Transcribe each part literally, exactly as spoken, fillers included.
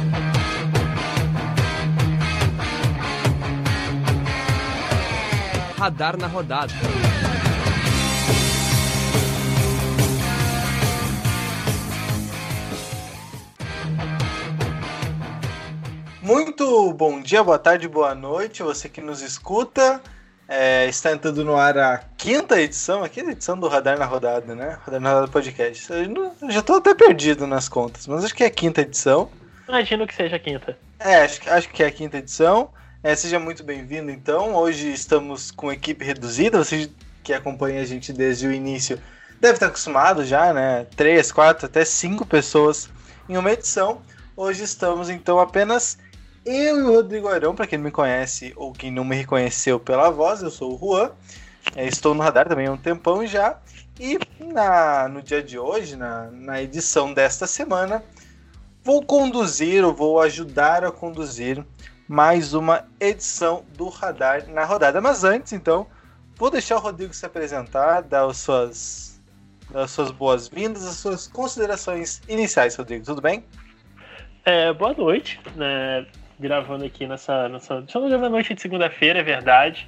Radar na rodada. Muito bom dia, boa tarde, boa noite, você que nos escuta. É, está entrando no ar a quinta edição, a quinta edição do Radar na Rodada, né? Radar na Rodada Podcast. Eu, não, eu já estou até perdido nas contas, mas acho que é a quinta edição. Imagino que seja a quinta. É, acho, acho que é a quinta edição. É, seja muito bem-vindo, então. Hoje estamos com equipe reduzida. Você que acompanha a gente desde o início deve estar acostumado já, né? Três, quatro, até cinco pessoas em uma edição. Hoje estamos, então, apenas eu e o Rodrigo Arão, para quem não me conhece ou quem não me reconheceu pela voz. Eu sou o Juan. É, estou no Radar também há um tempão já. E na, no dia de hoje, na, na edição desta semana, vou conduzir, ou vou ajudar a conduzir mais uma edição do Radar na Rodada. Mas antes, então, vou deixar o Rodrigo se apresentar, dar as suas, dar as suas boas-vindas, as suas considerações iniciais, Rodrigo. Tudo bem? É, boa noite, né? Gravando aqui nessa... nessa estamos gravando a noite de segunda-feira, é verdade.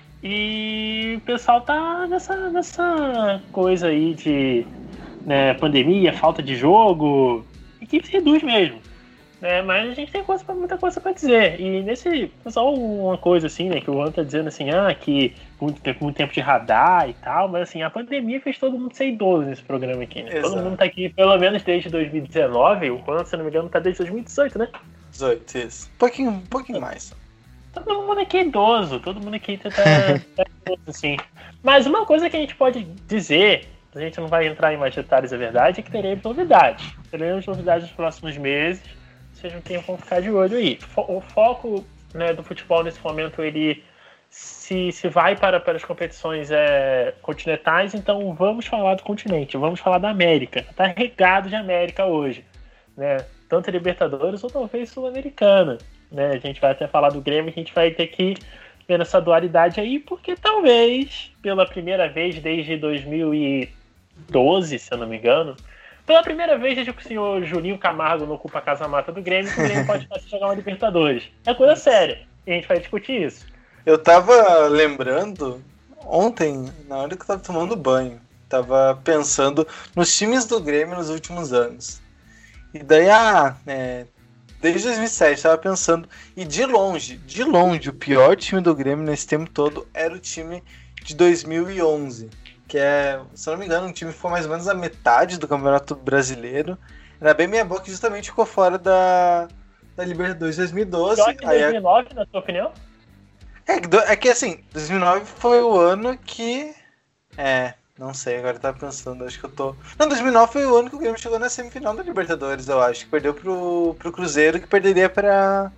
E o pessoal tá nessa, nessa coisa aí de, né, pandemia, falta de jogo. A equipe se reduz mesmo. É, mas a gente tem coisa pra, muita coisa para dizer. E nesse, só uma coisa assim, né, que o Juan tá dizendo assim, ah, que muito, muito tempo de radar e tal, mas assim, a pandemia fez todo mundo ser idoso nesse programa aqui, né? Todo mundo tá aqui pelo menos desde dois mil e dezenove, o Juan, se não me engano, tá desde dois mil e dezoito, né? dezoito, isso. Um pouquinho, um pouquinho mais. Todo mundo aqui é idoso, todo mundo aqui tá, tá idoso, assim. Mas uma coisa que a gente pode dizer, a gente não vai entrar em mais detalhes, é verdade, é que teremos novidades. Teremos novidades nos próximos meses. Sejam quem vão ficar de olho aí. O foco, né, do futebol nesse momento, ele se, se vai para, para as competições é, continentais, então vamos falar do continente, vamos falar da América. Está regado de América hoje, né? Tanto Libertadores ou talvez Sul-Americana, né? A gente vai até falar do Grêmio, a gente vai ter que ver essa dualidade aí, porque talvez, pela primeira vez desde dois mil e doze, se eu não me engano, pela primeira vez desde que o senhor Juninho Camargo não ocupa a casa-mata do Grêmio, que o Grêmio pode passar a jogar uma Libertadores. É coisa séria. E a gente vai discutir isso. Eu tava lembrando, ontem, na hora que eu tava tomando banho, tava pensando nos times do Grêmio nos últimos anos. E daí, ah, é, desde dois mil e sete, tava pensando, e de longe, de longe, o pior time do Grêmio nesse tempo todo era o time de dois mil e onze. Que é, se eu não me engano, um time que ficou mais ou menos a metade do Campeonato Brasileiro. Era bem meia boca que justamente ficou fora da, da Libertadores de dois mil e doze. Pior que dois mil e nove, aí, na sua opinião? É, é que assim, dois mil e nove foi o ano que... É, não sei, agora eu tava pensando, acho que eu tô... Não, dois mil e nove foi o ano que o Grêmio chegou na semifinal da Libertadores, eu acho. Que perdeu pro, pro Cruzeiro, que perderia pra...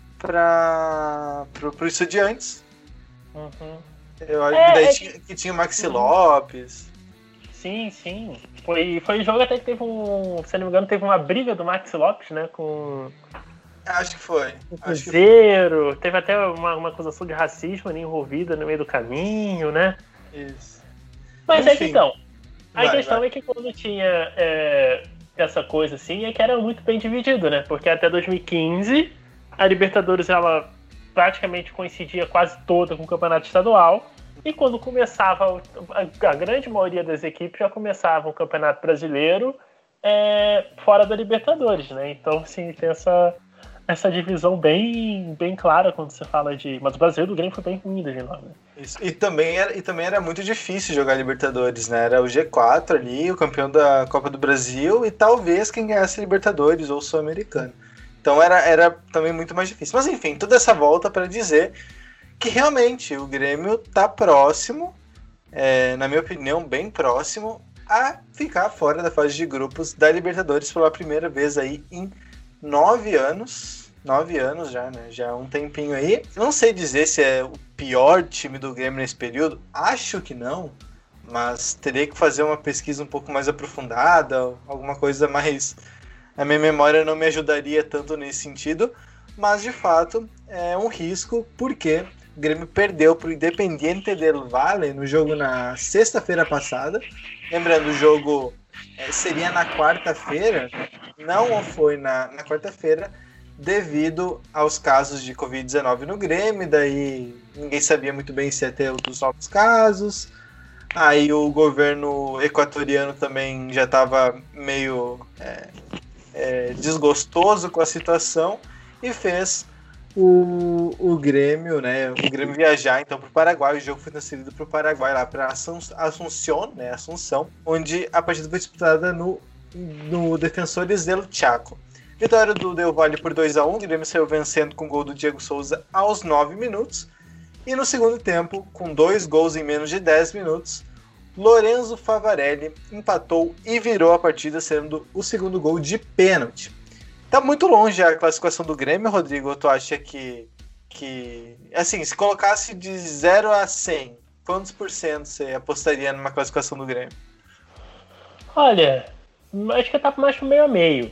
pra... pro, pro Estudiantes. Uhum. Eu acho é, que daí é tinha, que tinha o Maxi uhum. Lopes. Sim, sim. Foi, foi um jogo até que teve um... Se não me engano, teve uma briga do Maxi Lopes, né? Com... Acho que foi. O Cruzeiro. Teve até uma, uma acusação de racismo ali envolvida no meio do caminho, né? Isso. Mas Enfim, é que então. A vai, questão vai. é que quando tinha é, essa coisa assim, é que era muito bem dividido, né? Porque até dois mil e quinze, a Libertadores, ela praticamente coincidia quase toda com o Campeonato Estadual. E quando começava, a, a grande maioria das equipes já começava o Campeonato Brasileiro é, fora da Libertadores, né? Então, assim, tem essa, essa divisão bem, bem clara quando você fala de... Mas o Brasileiro do Grêmio foi bem ruim, de nome. Isso. E, também era, e também era muito difícil jogar Libertadores, né? Era o G quatro ali, o campeão da Copa do Brasil e talvez quem ganhasse Libertadores ou Sul-Americano. Então era, era também muito mais difícil. Mas enfim, toda essa volta para dizer que realmente o Grêmio tá próximo, é, na minha opinião, bem próximo, a ficar fora da fase de grupos da Libertadores pela primeira vez aí em nove anos. Nove anos já, né? Já há um tempinho aí. Não sei dizer se é o pior time do Grêmio nesse período. Acho que não. Mas teria que fazer uma pesquisa um pouco mais aprofundada, alguma coisa mais... A minha memória não me ajudaria tanto nesse sentido. Mas, de fato, é um risco, porque o Grêmio perdeu para o Independiente del Valle no jogo na sexta-feira passada. Lembrando, o jogo é, seria na quarta-feira, não foi na, na quarta-feira, devido aos casos de covid dezenove no Grêmio, daí ninguém sabia muito bem se ia ter os novos casos. Aí o governo equatoriano também já estava meio é, é, desgostoso com a situação e fez o, o Grêmio, né, o Grêmio viajar então para o Paraguai. O jogo foi transferido para o Paraguai, lá para Assunção, né, Assunção, onde a partida foi disputada no, no Defensores del Chaco. Vitória do Del Valle por dois a um, o Grêmio saiu vencendo com o gol do Diego Souza aos nove minutos. E no segundo tempo, com dois gols em menos de dez minutos, Lorenzo Favarelli empatou e virou a partida, sendo o segundo gol de pênalti. Tá muito longe a classificação do Grêmio, Rodrigo. Tu acha que, que... Assim, se colocasse de zero a cem, quantos por cento você apostaria numa classificação do Grêmio? Olha, acho que tá mais pro meio a meio.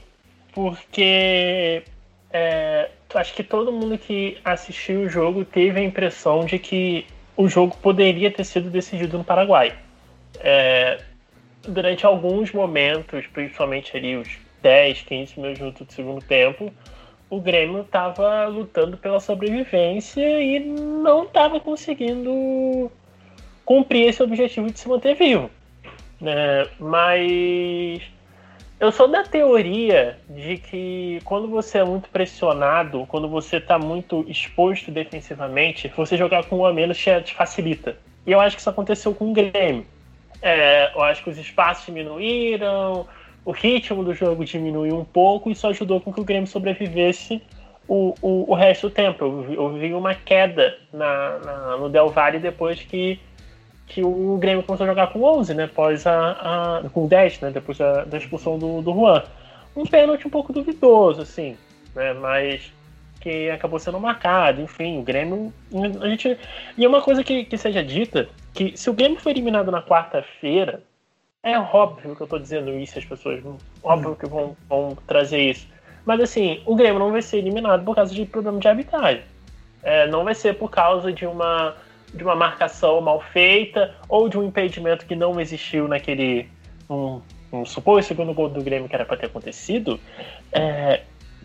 Porque é, acho que todo mundo que assistiu o jogo teve a impressão de que o jogo poderia ter sido decidido no Paraguai. É, durante alguns momentos, principalmente ali os dez, quinze minutos do segundo tempo, o Grêmio estava lutando pela sobrevivência e não estava conseguindo cumprir esse objetivo de se manter vivo. Né? Mas eu sou da teoria de que quando você é muito pressionado, quando você está muito exposto defensivamente, você jogar com um a menos te facilita. E eu acho que isso aconteceu com o Grêmio. É, eu acho que os espaços diminuíram, o ritmo do jogo diminuiu um pouco, e isso ajudou com que o Grêmio sobrevivesse o, o, o resto do tempo. Eu, eu vi uma queda na, na, no Del Valle depois que, que o Grêmio começou a jogar com onze, né? Após a, a, com dez, né? Depois da, da expulsão do, do Juan. Um pênalti um pouco duvidoso, assim, né? Mas que acabou sendo marcado. Enfim, o Grêmio... A gente, e é uma coisa que, que seja dita, que se o Grêmio foi eliminado na quarta-feira, é óbvio que eu tô dizendo isso, as pessoas óbvio que vão, vão trazer isso. Mas assim, o Grêmio não vai ser eliminado por causa de problema de arbitragem. É, não vai ser por causa de uma, de uma marcação mal feita ou de um impedimento que não existiu naquele... Um, um, supor o segundo gol do Grêmio que era para ter acontecido. É,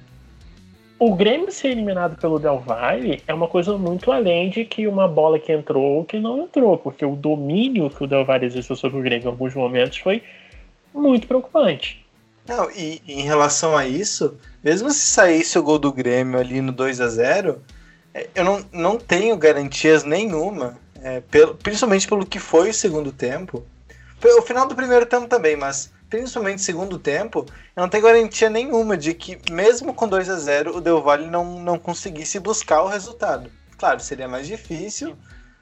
o Grêmio ser eliminado pelo Del Valle é uma coisa muito além de que uma bola que entrou ou que não entrou, porque o domínio que o Del Valle exerceu sobre o Grêmio em alguns momentos foi muito preocupante. Não, e em relação a isso, mesmo se saísse o gol do Grêmio ali no dois a zero, eu não, não tenho garantias nenhuma, é, pelo, principalmente pelo que foi o segundo tempo. O final do primeiro tempo também, mas principalmente no segundo tempo, eu não tenho garantia nenhuma de que, mesmo com dois a zero, o Del Valle não, não conseguisse buscar o resultado. Claro, seria mais difícil,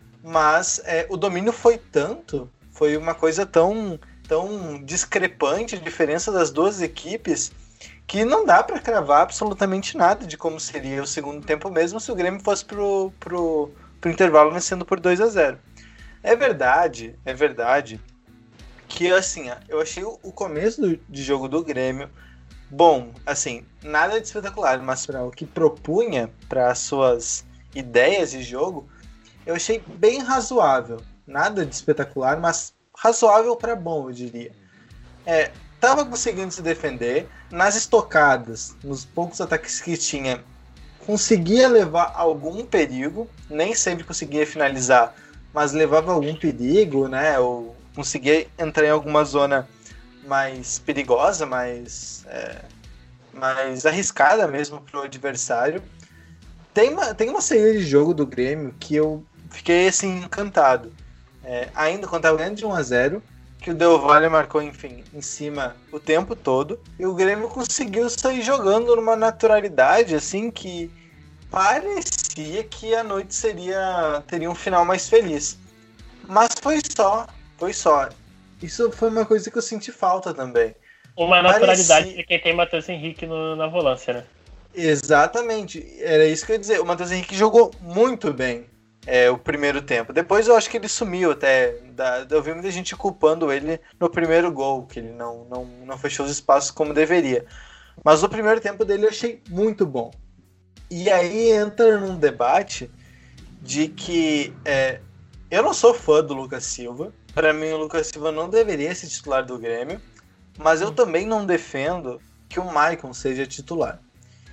mas é, o domínio foi tanto, foi uma coisa tão, tão discrepante, a diferença das duas equipes, que não dá para cravar absolutamente nada de como seria o segundo tempo, mesmo se o Grêmio fosse pro, pro, pro intervalo vencendo por dois a zero. É verdade, é verdade que, assim, eu achei o começo do, de jogo do Grêmio bom, assim, nada de espetacular, mas para o que propunha, para as suas ideias de jogo, eu achei bem razoável. Nada de espetacular, mas razoável para bom, eu diria. É, tava conseguindo se defender, nas estocadas, nos poucos ataques que tinha, conseguia levar algum perigo, nem sempre conseguia finalizar, mas levava algum perigo, né, ou conseguia entrar em alguma zona mais perigosa, mais, é, mais arriscada mesmo para o adversário. Tem uma, tem uma saída de jogo do Grêmio que eu fiquei assim encantado. É, ainda quando estava ganhando de um a zero, que o Del Valle marcou, enfim, em cima o tempo todo, e o Grêmio conseguiu sair jogando numa naturalidade assim que parecia que a noite seria teria um final mais feliz. Mas foi só, foi só. Isso foi uma coisa que eu senti falta também. Uma naturalidade Parecia... de quem tem Matheus Henrique no, na volância, né? Exatamente, era isso que eu ia dizer. O Matheus Henrique jogou muito bem é, o primeiro tempo. Depois eu acho que ele sumiu até. Da, eu vi muita gente culpando ele no primeiro gol, que ele não, não, não fechou os espaços como deveria. Mas o primeiro tempo dele eu achei muito bom. E aí entra num debate de que é, eu não sou fã do Lucas Silva. Para mim o Lucas Silva não deveria ser titular do Grêmio. Mas eu também não defendo que o Maicon seja titular.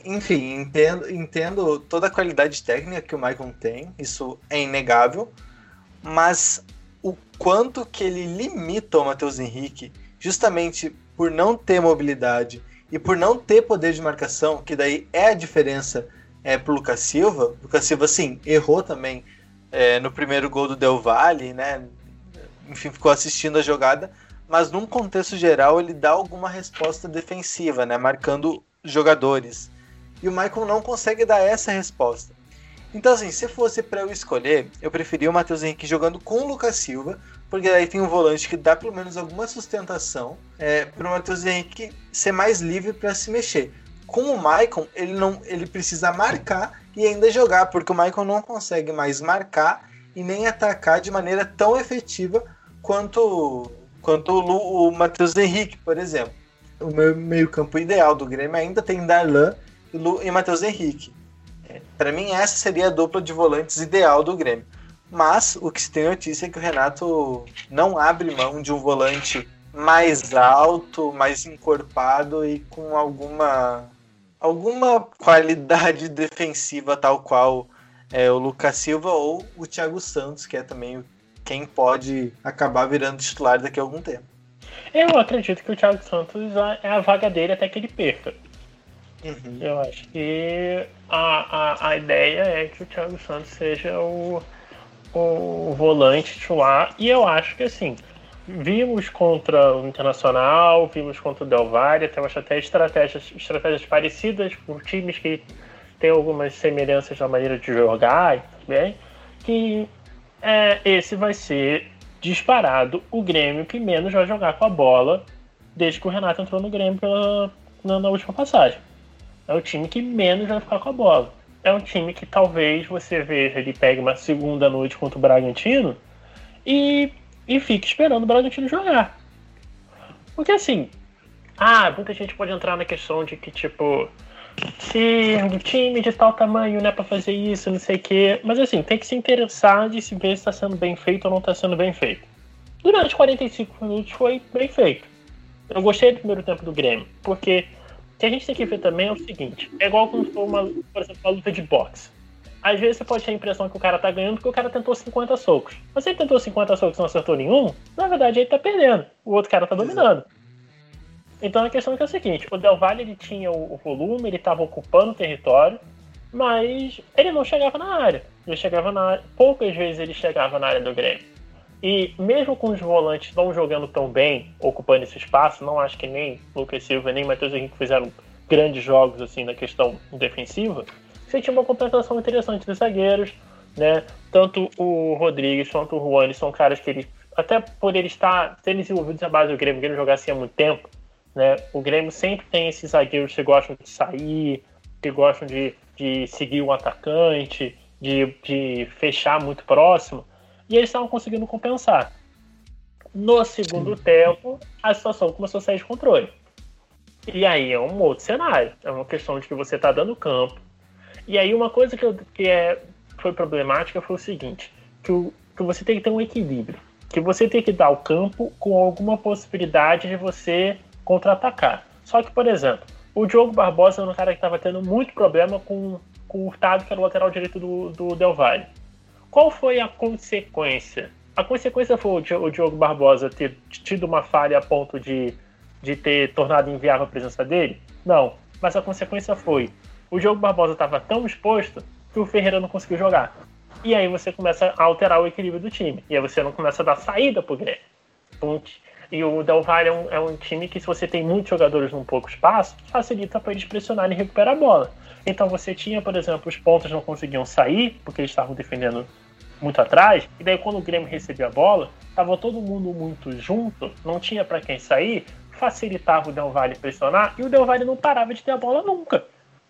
enfim, entendo, entendo toda a qualidade técnica que o Maicon tem, isso é inegável, mas o quanto que ele limita o Matheus Henrique, justamente por não ter mobilidade e por não ter poder de marcação, que daí é a diferença é, pro Lucas Silva. O Lucas Silva, sim, errou também é, no primeiro gol do Del Valle, né? Enfim, ficou assistindo a jogada, mas num contexto geral ele dá alguma resposta defensiva, né? Marcando jogadores. E o Maicon não consegue dar essa resposta. Então, assim, se fosse para eu escolher, eu preferia o Matheus Henrique jogando com o Lucas Silva, porque daí tem um volante que dá pelo menos alguma sustentação é, para o Matheus Henrique ser mais livre para se mexer. Com o Maicon, ele, não, ele precisa marcar e ainda jogar, porque o Maicon não consegue mais marcar e nem atacar de maneira tão efetiva quanto, quanto o, o Matheus Henrique, por exemplo. O meu meio-campo ideal do Grêmio ainda tem Darlan e, Lu, e Matheus Henrique. É, para mim, essa seria a dupla de volantes ideal do Grêmio. Mas o que se tem notícia é que o Renato não abre mão de um volante mais alto, mais encorpado e com alguma, alguma qualidade defensiva, tal qual é, o Lucas Silva ou o Thiago Santos, que é também quem pode acabar virando titular daqui a algum tempo. Eu acredito que o Thiago Santos é a vaga dele até que ele perca. Uhum. Eu acho que a, a, a ideia é que o Thiago Santos seja o, o volante titular. E eu acho que, assim, vimos contra o Internacional, vimos contra o Del Valle, temos até estratégias, estratégias parecidas por times que têm algumas semelhanças na maneira de jogar e também, que é, esse vai ser disparado o Grêmio que menos vai jogar com a bola desde que o Renato entrou no Grêmio pela, na, na última passagem. É o time que menos vai ficar com a bola. É um time que talvez você veja, ele pegue uma segunda noite contra o Bragantino e, e fique esperando o Bragantino jogar. Porque assim, ah, muita gente pode entrar na questão de que, tipo, se o time de tal tamanho não é pra fazer isso, não sei o quê. Mas assim, tem que se interessar de se ver se está sendo bem feito ou não está sendo bem feito. Durante quarenta e cinco minutos foi bem feito. Eu gostei do primeiro tempo do Grêmio, porque o que a gente tem que ver também é o seguinte: é igual quando for uma, por exemplo, uma luta de boxe. Às vezes você pode ter a impressão que o cara tá ganhando porque o cara tentou cinquenta socos. Mas se ele tentou cinquenta socos e não acertou nenhum, na verdade ele tá perdendo. O outro cara tá dominando. Exato. Então a questão é, que é o seguinte: o Del Valle ele tinha o, o volume, ele estava ocupando o território, mas ele não chegava na área. Ele chegava na área, poucas vezes ele chegava na área do Grêmio. E mesmo com os volantes não jogando tão bem, ocupando esse espaço, não acho que nem Lucas Silva nem Matheus Henrique fizeram grandes jogos assim na questão defensiva, você tinha uma compensação interessante dos zagueiros, né? Tanto o Rodrigues quanto o Juan são caras que eles, até por eles estar terem desenvolvido a base do Grêmio, o Grêmio jogar assim há muito tempo, né? O Grêmio sempre tem esses zagueiros que gostam de sair, que gostam de, de seguir o atacante, de, de fechar muito próximo, e eles estavam conseguindo compensar. No segundo tempo, a situação começou a sair de controle. E aí é um outro cenário. É uma questão de que você está dando campo. E aí uma coisa que, eu, que é, foi problemática foi o seguinte: que, o, que você tem que ter um equilíbrio. Que você tem que dar o campo com alguma possibilidade de você contra-atacar. Só que, por exemplo, o Diogo Barbosa era um cara que estava tendo muito problema com, com o Hurtado, que era o lateral direito do, do Del Valle. Qual foi a consequência? A consequência foi o Diogo Barbosa ter tido uma falha a ponto de, de ter tornado inviável a presença dele? Não. Mas a consequência foi: o Diogo Barbosa estava tão exposto que o Ferreira não conseguiu jogar. E aí você começa a alterar o equilíbrio do time. E aí você não começa a dar saída pro Grêmio. E o Del Valle é um, é um time que, se você tem muitos jogadores num pouco espaço, facilita para eles pressionarem e recuperar a bola. Então você tinha, por exemplo, os pontas não conseguiam sair, porque eles estavam defendendo muito atrás, e daí quando o Grêmio recebia a bola, estava todo mundo muito junto, não tinha para quem sair, facilitava o Del Valle pressionar, e o Del Valle não parava de ter a bola nunca.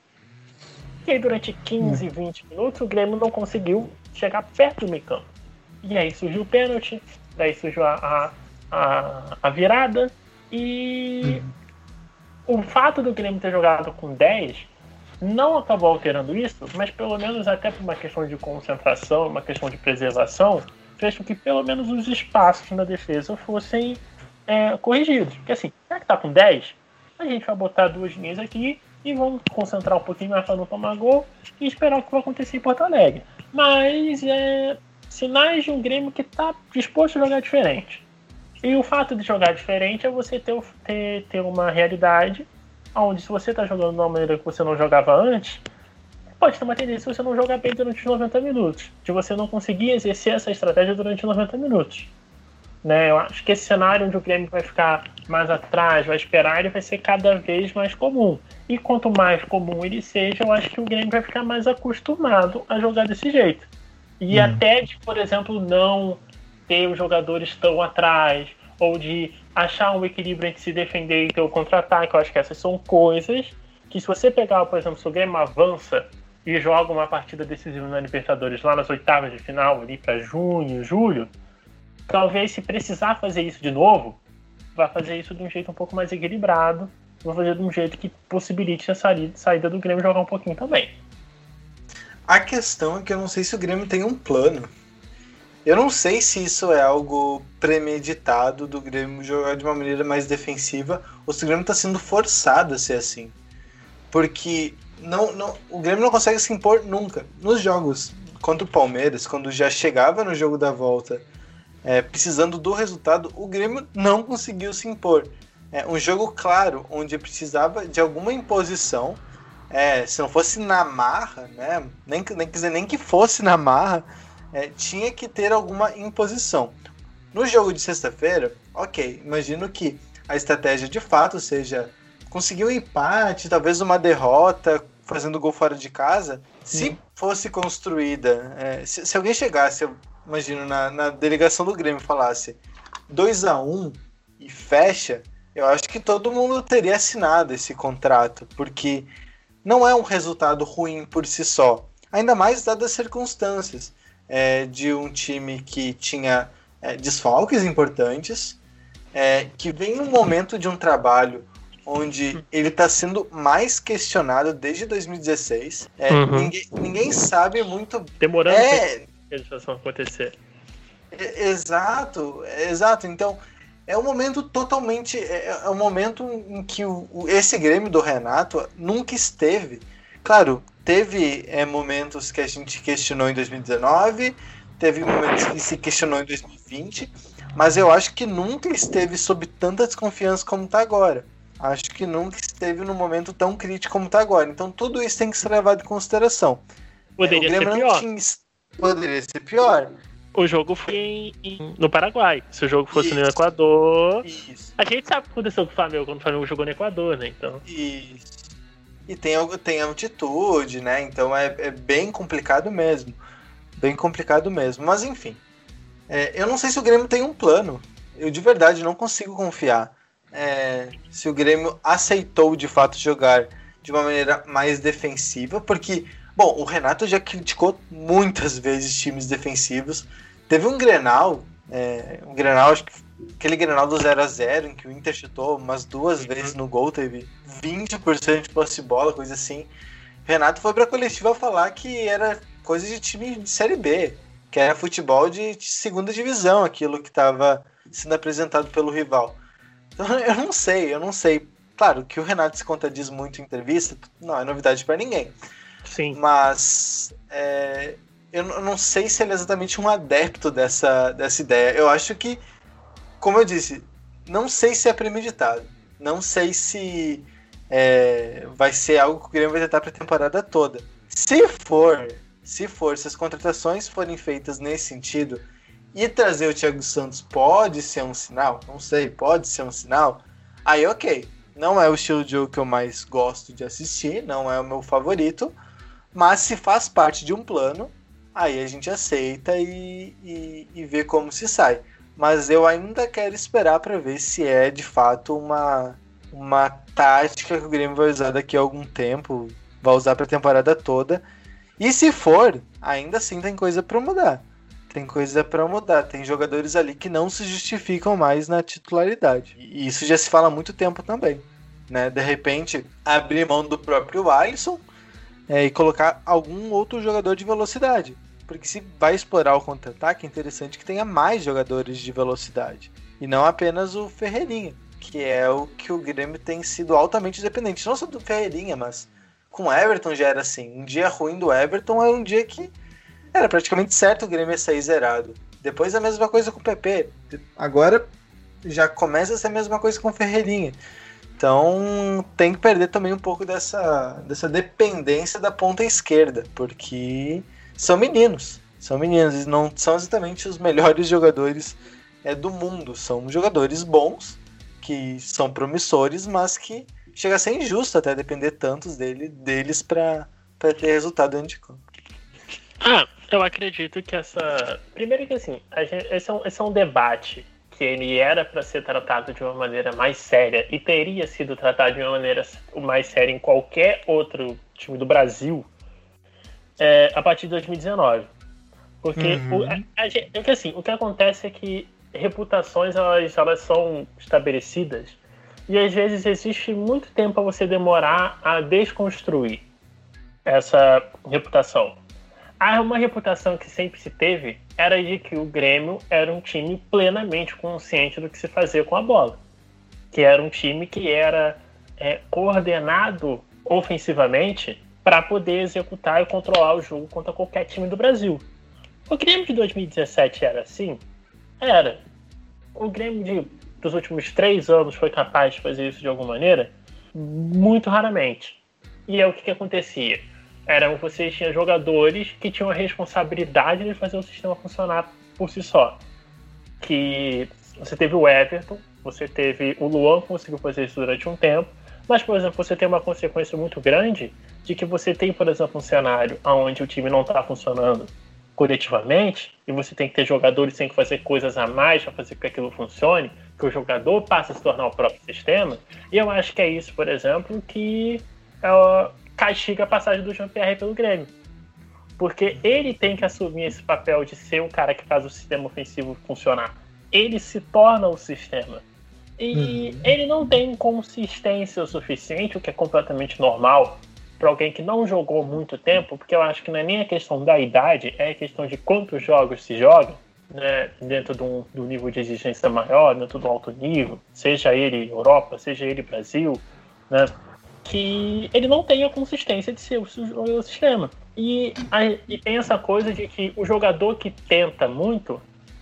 E aí durante quinze, vinte minutos o Grêmio não conseguiu chegar perto do meio campo. E aí surgiu o pênalti, daí surgiu a, a, a, a virada, e o fato do Grêmio ter jogado com dez não acabou alterando isso, mas pelo menos até por uma questão de concentração, uma questão de preservação, fez com que pelo menos os espaços na defesa fossem é, corrigidos. Porque assim, já que tá com dez, a gente vai botar duas linhas aqui e vamos concentrar um pouquinho mais para não tomar gol e esperar o que vai acontecer em Porto Alegre. Mas é sinais de um Grêmio que está disposto a jogar diferente. E o fato de jogar diferente é você ter, ter, ter uma realidade onde, se você está jogando de uma maneira que você não jogava antes, pode ter uma tendência de você não jogar bem durante os noventa minutos, de você não conseguir exercer essa estratégia durante os noventa minutos. Né? Eu acho que esse cenário onde o Grêmio vai ficar mais atrás, vai esperar, ele vai ser cada vez mais comum. E quanto mais comum ele seja, eu acho que o Grêmio vai ficar mais acostumado a jogar desse jeito. E hum. até de, por exemplo, não ter os jogadores tão atrás, ou de achar um equilíbrio entre se defender e ter o contra-ataque. Eu acho que essas são coisas que, se você pegar, por exemplo, se o Grêmio avança e joga uma partida decisiva na Libertadores lá nas oitavas de final, ali para junho, julho, talvez, se precisar fazer isso de novo, vai fazer isso de um jeito um pouco mais equilibrado, vai fazer de um jeito que possibilite a saída do Grêmio jogar um pouquinho também. A questão é que eu não sei se o Grêmio tem um plano. Eu não sei se isso é algo premeditado do Grêmio jogar de uma maneira mais defensiva, ou se o Grêmio está sendo forçado a ser assim. Porque não, não, o Grêmio não consegue se impor nunca. Nos jogos contra o Palmeiras, quando já chegava no jogo da volta, É, precisando do resultado, o Grêmio não conseguiu se impor. É um jogo claro, onde precisava de alguma imposição. É, se não fosse na marra, né, nem, nem, quer dizer, nem que fosse na marra, é, tinha que ter alguma imposição. No jogo de sexta-feira, ok, imagino que a estratégia de fato seja conseguir um empate, talvez uma derrota, fazendo gol fora de casa. Se hum. fosse construída, é, se, se alguém chegasse... Imagino, na, na delegação do Grêmio falasse dois a um e fecha, eu acho que todo mundo teria assinado esse contrato, porque não é um resultado ruim por si só, ainda mais dadas as circunstâncias é, de um time que tinha é, desfalques importantes, é, que vem num momento de um trabalho onde ele está sendo mais questionado desde dois mil e dezesseis, é, uhum. ninguém, ninguém sabe muito... Demorando é, que eles façam acontecer. Exato, exato. Então, é um momento totalmente... É um momento em que o, o, esse Grêmio do Renato nunca esteve. Claro, teve é, momentos que a gente questionou em dois mil e dezenove, teve momentos que se questionou em dois mil e vinte, mas eu acho que nunca esteve sob tanta desconfiança como está agora. Acho que nunca esteve num momento tão crítico como está agora. Então, tudo isso tem que ser levado em consideração. Poderia o Grêmio ser não pior. Tinha... Poderia ser pior. O jogo foi em, em, no Paraguai. Se o jogo fosse Isso. no Equador... Isso. A gente sabe o que aconteceu com o Flamengo quando o Flamengo jogou no Equador, né? Então... Isso. E tem, tem altitude, né? Então é, é bem complicado mesmo. Bem complicado mesmo. Mas enfim. É, eu não sei se o Grêmio tem um plano. Eu de verdade não consigo confiar. É, se o Grêmio aceitou de fato jogar de uma maneira mais defensiva. Porque... Bom, o Renato já criticou muitas vezes times defensivos. Teve um Grenal, é, um Grenal, acho que aquele Grenal do zero a zero, em que o Inter chutou umas duas vezes no gol, teve vinte por cento de posse de bola, coisa assim. O Renato foi pra coletiva falar que era coisa de time de Série B, que era futebol de, de segunda divisão, aquilo que estava sendo apresentado pelo rival. Então eu não sei, eu não sei. Claro que o Renato se contradiz muito em entrevista, não é novidade para ninguém. Sim. Mas é, eu não sei se ele é exatamente um adepto dessa, dessa ideia. Eu acho que, como eu disse, não sei se é premeditado. Não sei se é, vai ser algo que o Grêmio vai tentar para a temporada toda. Se for, se for, se as contratações forem feitas nesse sentido e trazer o Thiago Santos pode ser um sinal, não sei, pode ser um sinal, aí ok. Não é o estilo de jogo que eu mais gosto de assistir, não é o meu favorito, mas se faz parte de um plano, aí a gente aceita e, e, e vê como se sai. Mas eu ainda quero esperar para ver se é de fato uma, uma tática que o Grêmio vai usar daqui a algum tempo, vai usar para a temporada toda. E se for, ainda assim tem coisa para mudar. Tem coisa para mudar. Tem jogadores ali que não se justificam mais na titularidade. E isso já se fala há muito tempo também. Né? De repente, abrir mão do próprio Alisson é, e colocar algum outro jogador de velocidade. Porque se vai explorar o contra-ataque, é interessante que tenha mais jogadores de velocidade. E não apenas o Ferreirinha, que é o que o Grêmio tem sido altamente dependente. Não só do Ferreirinha, mas com o Everton já era assim. Um dia ruim do Everton é um dia que era praticamente certo o Grêmio ia sair zerado. Depois a mesma coisa com o P P. Agora já começa a ser a mesma coisa com o Ferreirinha. Então tem que perder também um pouco dessa, dessa dependência da ponta esquerda, porque são meninos. São meninos, e não são exatamente os melhores jogadores é, do mundo. São jogadores bons, que são promissores, mas que chega a ser injusto até depender tantos dele, deles para ter resultado dentro de campo. Ah, eu acredito que essa... Primeiro que assim, a gente... esse, é um, esse é um debate que ele era para ser tratado de uma maneira mais séria e teria sido tratado de uma maneira mais séria em qualquer outro time do Brasil é, a partir de dois mil e dezenove. Porque uhum. o, a, a, a, assim, o que acontece é que reputações elas, elas são estabelecidas e às vezes existe muito tempo para você demorar a desconstruir essa reputação. Há uma reputação que sempre se teve era de que o Grêmio era um time plenamente consciente do que se fazia com a bola. Que era um time que era é, coordenado ofensivamente para poder executar e controlar o jogo contra qualquer time do Brasil. O Grêmio de dois mil e dezessete era assim? Era. O Grêmio de, dos últimos três anos foi capaz de fazer isso de alguma maneira? Muito raramente. E é o que, que acontecia. Eram, você tinha jogadores que tinham a responsabilidade de fazer o sistema funcionar por si só. Que você teve o Everton, você teve o Luan, que conseguiu fazer isso durante um tempo, mas, por exemplo, você tem uma consequência muito grande de que você tem, por exemplo, um cenário onde o time não está funcionando coletivamente e você tem que ter jogadores que têm que fazer coisas a mais para fazer com que aquilo funcione, que o jogador passe a se tornar o próprio sistema. E eu acho que é isso, por exemplo, que... É, castiga a passagem do Jean-Pierre pelo Grêmio. Porque ele tem que assumir esse papel de ser o cara que faz o sistema ofensivo funcionar. Ele se torna o sistema. E uhum. ele não tem consistência o suficiente, o que é completamente normal, para alguém que não jogou muito tempo, porque eu acho que não é nem a questão da idade, é a questão de quantos jogos se joga, né, dentro de um, de um nível de exigência maior, dentro do alto nível, seja ele Europa, seja ele Brasil, né? Que ele não tem a consistência de ser o, o, o sistema. E, a, e tem essa coisa de que o jogador que tenta muito,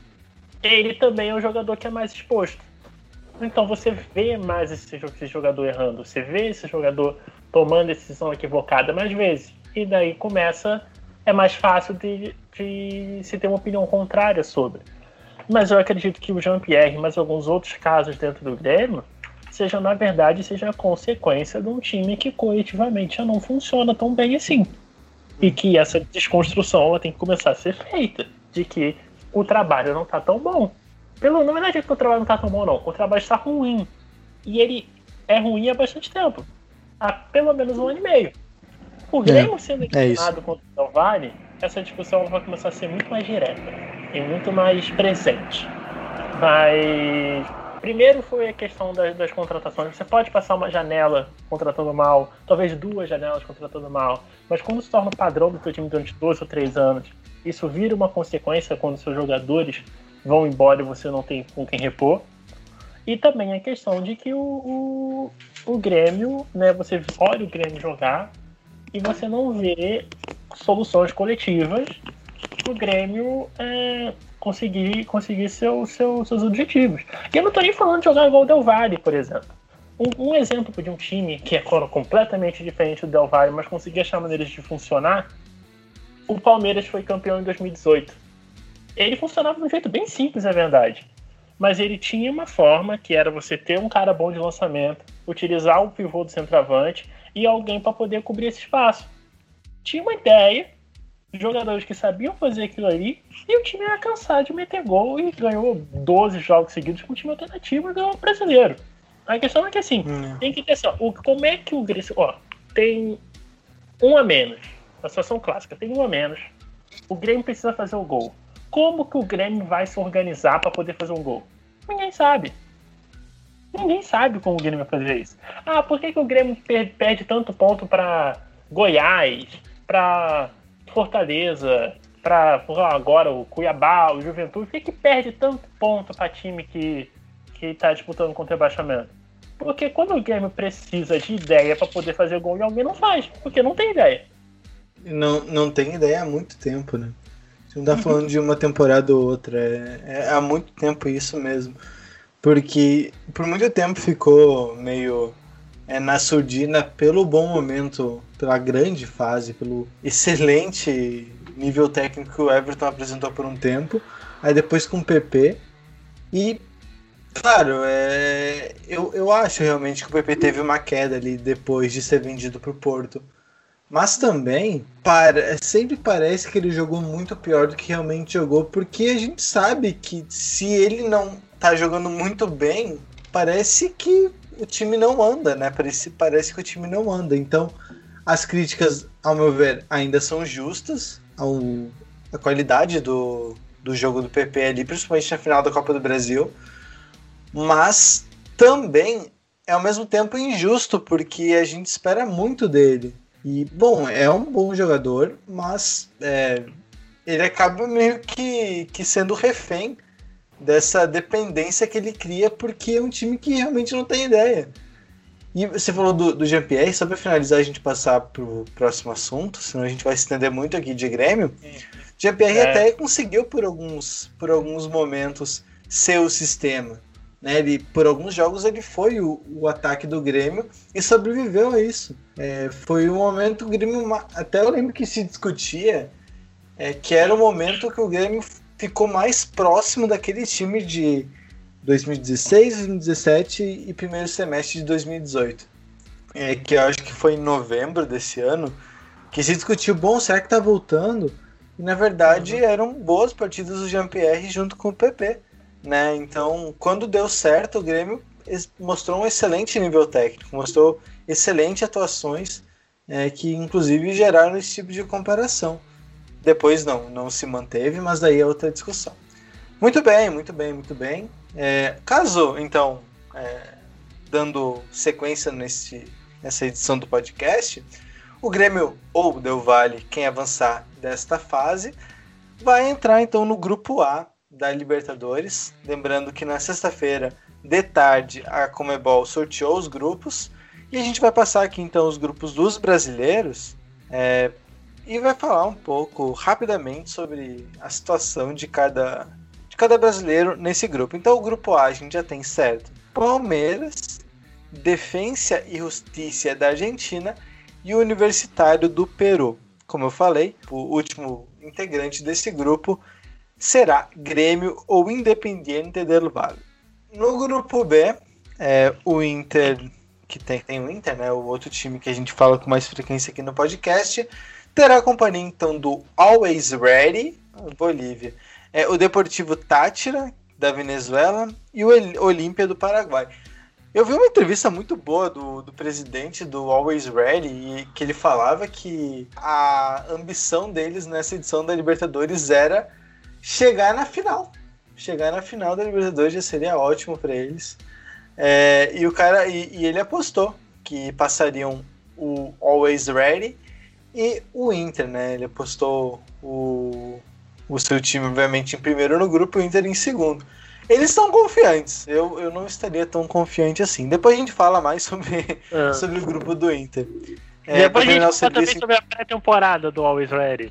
ele também é o jogador que é mais exposto. Então você vê mais esse, esse jogador errando, você vê esse jogador tomando decisão equivocada mais vezes. E daí começa, é mais fácil de, de se ter uma opinião contrária sobre. Mas eu acredito que o Jean-Pierre, mas alguns outros casos dentro do Grêmio, seja, na verdade, seja a consequência de um time que coletivamente já não funciona tão bem assim. E que essa desconstrução ela tem que começar a ser feita. De que o trabalho não está tão bom. Pelo, não é que o trabalho não está tão bom, não. O trabalho está ruim. E ele é ruim há bastante tempo. Há pelo menos um ano e meio. O Grêmio é, sendo eliminado é contra o Del Valle, essa discussão vai começar a ser muito mais direta. E muito mais presente. Mas... Primeiro foi a questão das, das contratações. Você pode passar uma janela contratando mal, talvez duas janelas contratando mal, mas quando se torna padrão do seu time durante dois ou três anos, isso vira uma consequência quando seus jogadores vão embora e você não tem com quem repor. E também a questão de que o, o, o Grêmio, né, você olha o Grêmio jogar e você não vê soluções coletivas para o Grêmio é, conseguir, conseguir seu, seu, seus objetivos. E eu não estou nem falando de jogar igual o Del Valle, por exemplo. Um, um exemplo de um time que é completamente diferente do Del Valle, mas conseguia achar maneiras de funcionar, o Palmeiras foi campeão em dois mil e dezoito. Ele funcionava de um jeito bem simples, é verdade. Mas ele tinha uma forma que era você ter um cara bom de lançamento, utilizar o pivô do centroavante e alguém para poder cobrir esse espaço. Tinha uma ideia, jogadores que sabiam fazer aquilo ali, e o time era cansado de meter gol e ganhou doze jogos seguidos com o time alternativo e ganhou o brasileiro. A questão é que assim, hum. tem que ter só, o, como é que o Grêmio, ó, tem um a menos, a situação clássica, tem um a menos, o Grêmio precisa fazer o gol. Como que o Grêmio vai se organizar para poder fazer um gol? Ninguém sabe. Ninguém sabe como o Grêmio vai fazer isso. Ah, por que, que o Grêmio per- perde tanto ponto para Goiás, para Fortaleza, para agora o Cuiabá, o Juventude? Por que, que perde tanto ponto para time que, que tá disputando contra o rebaixamento? Porque quando o Grêmio precisa de ideia pra poder fazer gol e alguém não faz, porque não tem ideia. Não, não tem ideia há muito tempo, né? Você não tá falando de uma temporada ou outra, é, é há muito tempo isso mesmo. Porque por muito tempo ficou meio é, na surdina pelo bom momento, pela grande fase, pelo excelente nível técnico que o Everton apresentou por um tempo, aí depois com o P P, e claro, é, eu, eu acho realmente que o P P teve uma queda ali depois de ser vendido pro Porto, mas também para, sempre parece que ele jogou muito pior do que realmente jogou, porque a gente sabe que se ele não tá jogando muito bem, parece que o time não anda, né? Parece, parece que o time não anda. Então, as críticas, ao meu ver, ainda são justas ao, à qualidade do, do jogo do P P ali, principalmente na final da Copa do Brasil, mas também é ao mesmo tempo injusto, porque a gente espera muito dele. E, bom, é um bom jogador, mas é, ele acaba meio que, que sendo refém dessa dependência que ele cria, porque é um time que realmente não tem ideia. E você falou do, do Jean-Pierre, só para finalizar a gente passar pro próximo assunto, senão a gente vai se estender muito aqui de Grêmio. Jean-Pierre é. até conseguiu por alguns, por alguns momentos ser o sistema, né? Ele, por alguns jogos ele foi o, o ataque do Grêmio e sobreviveu a isso. É, foi um momento, o Grêmio, até eu lembro que se discutia é, que era o momento que o Grêmio ficou mais próximo daquele time de dois mil e dezesseis, dois mil e dezessete e primeiro semestre de dois mil e dezoito. É, que eu acho que foi em novembro desse ano, que se discutiu, bom, será que tá voltando? E na verdade uhum. eram boas partidas do Jean-Pierre junto com o P P, né? Então, quando deu certo, o Grêmio mostrou um excelente nível técnico, mostrou excelentes atuações, é, que inclusive geraram esse tipo de comparação. Depois não, não se manteve, mas daí é outra discussão. Muito bem, muito bem, muito bem. É, caso, então, é, dando sequência nesse, nessa edição do podcast, o Grêmio ou o Del Valle, quem avançar desta fase, vai entrar então no grupo A da Libertadores. Lembrando que na sexta-feira, de tarde, a Conmebol sorteou os grupos, e a gente vai passar aqui então os grupos dos brasileiros, é, e vai falar um pouco rapidamente sobre a situação de cada, de cada brasileiro nesse grupo. Então o grupo A a gente já tem certo Palmeiras, Defensa e Justiça da Argentina e o Universitário do Peru. Como eu falei, o último integrante desse grupo será Grêmio ou Independiente del Valle. No grupo B, é, o Inter, que tem, tem o Inter, né, o outro time que a gente fala com mais frequência aqui no podcast, terá a companhia então do Always Ready, Bolívia, é, o Deportivo Táchira, da Venezuela, e o Olímpia do Paraguai. Eu vi uma entrevista muito boa do, do presidente do Always Ready, e que ele falava que a ambição deles nessa edição da Libertadores era chegar na final. Chegar na final da Libertadores já seria ótimo para eles. É, e, o cara, e, e ele apostou que passariam o Always Ready e o Inter, né? Ele apostou o, o seu time, obviamente, em primeiro no grupo e o Inter em segundo. Eles estão confiantes. Eu, eu não estaria tão confiante assim. Depois a gente fala mais sobre, é. sobre o grupo do Inter. É, Depois a gente fala serviço... também sobre a pré-temporada do Always Ready.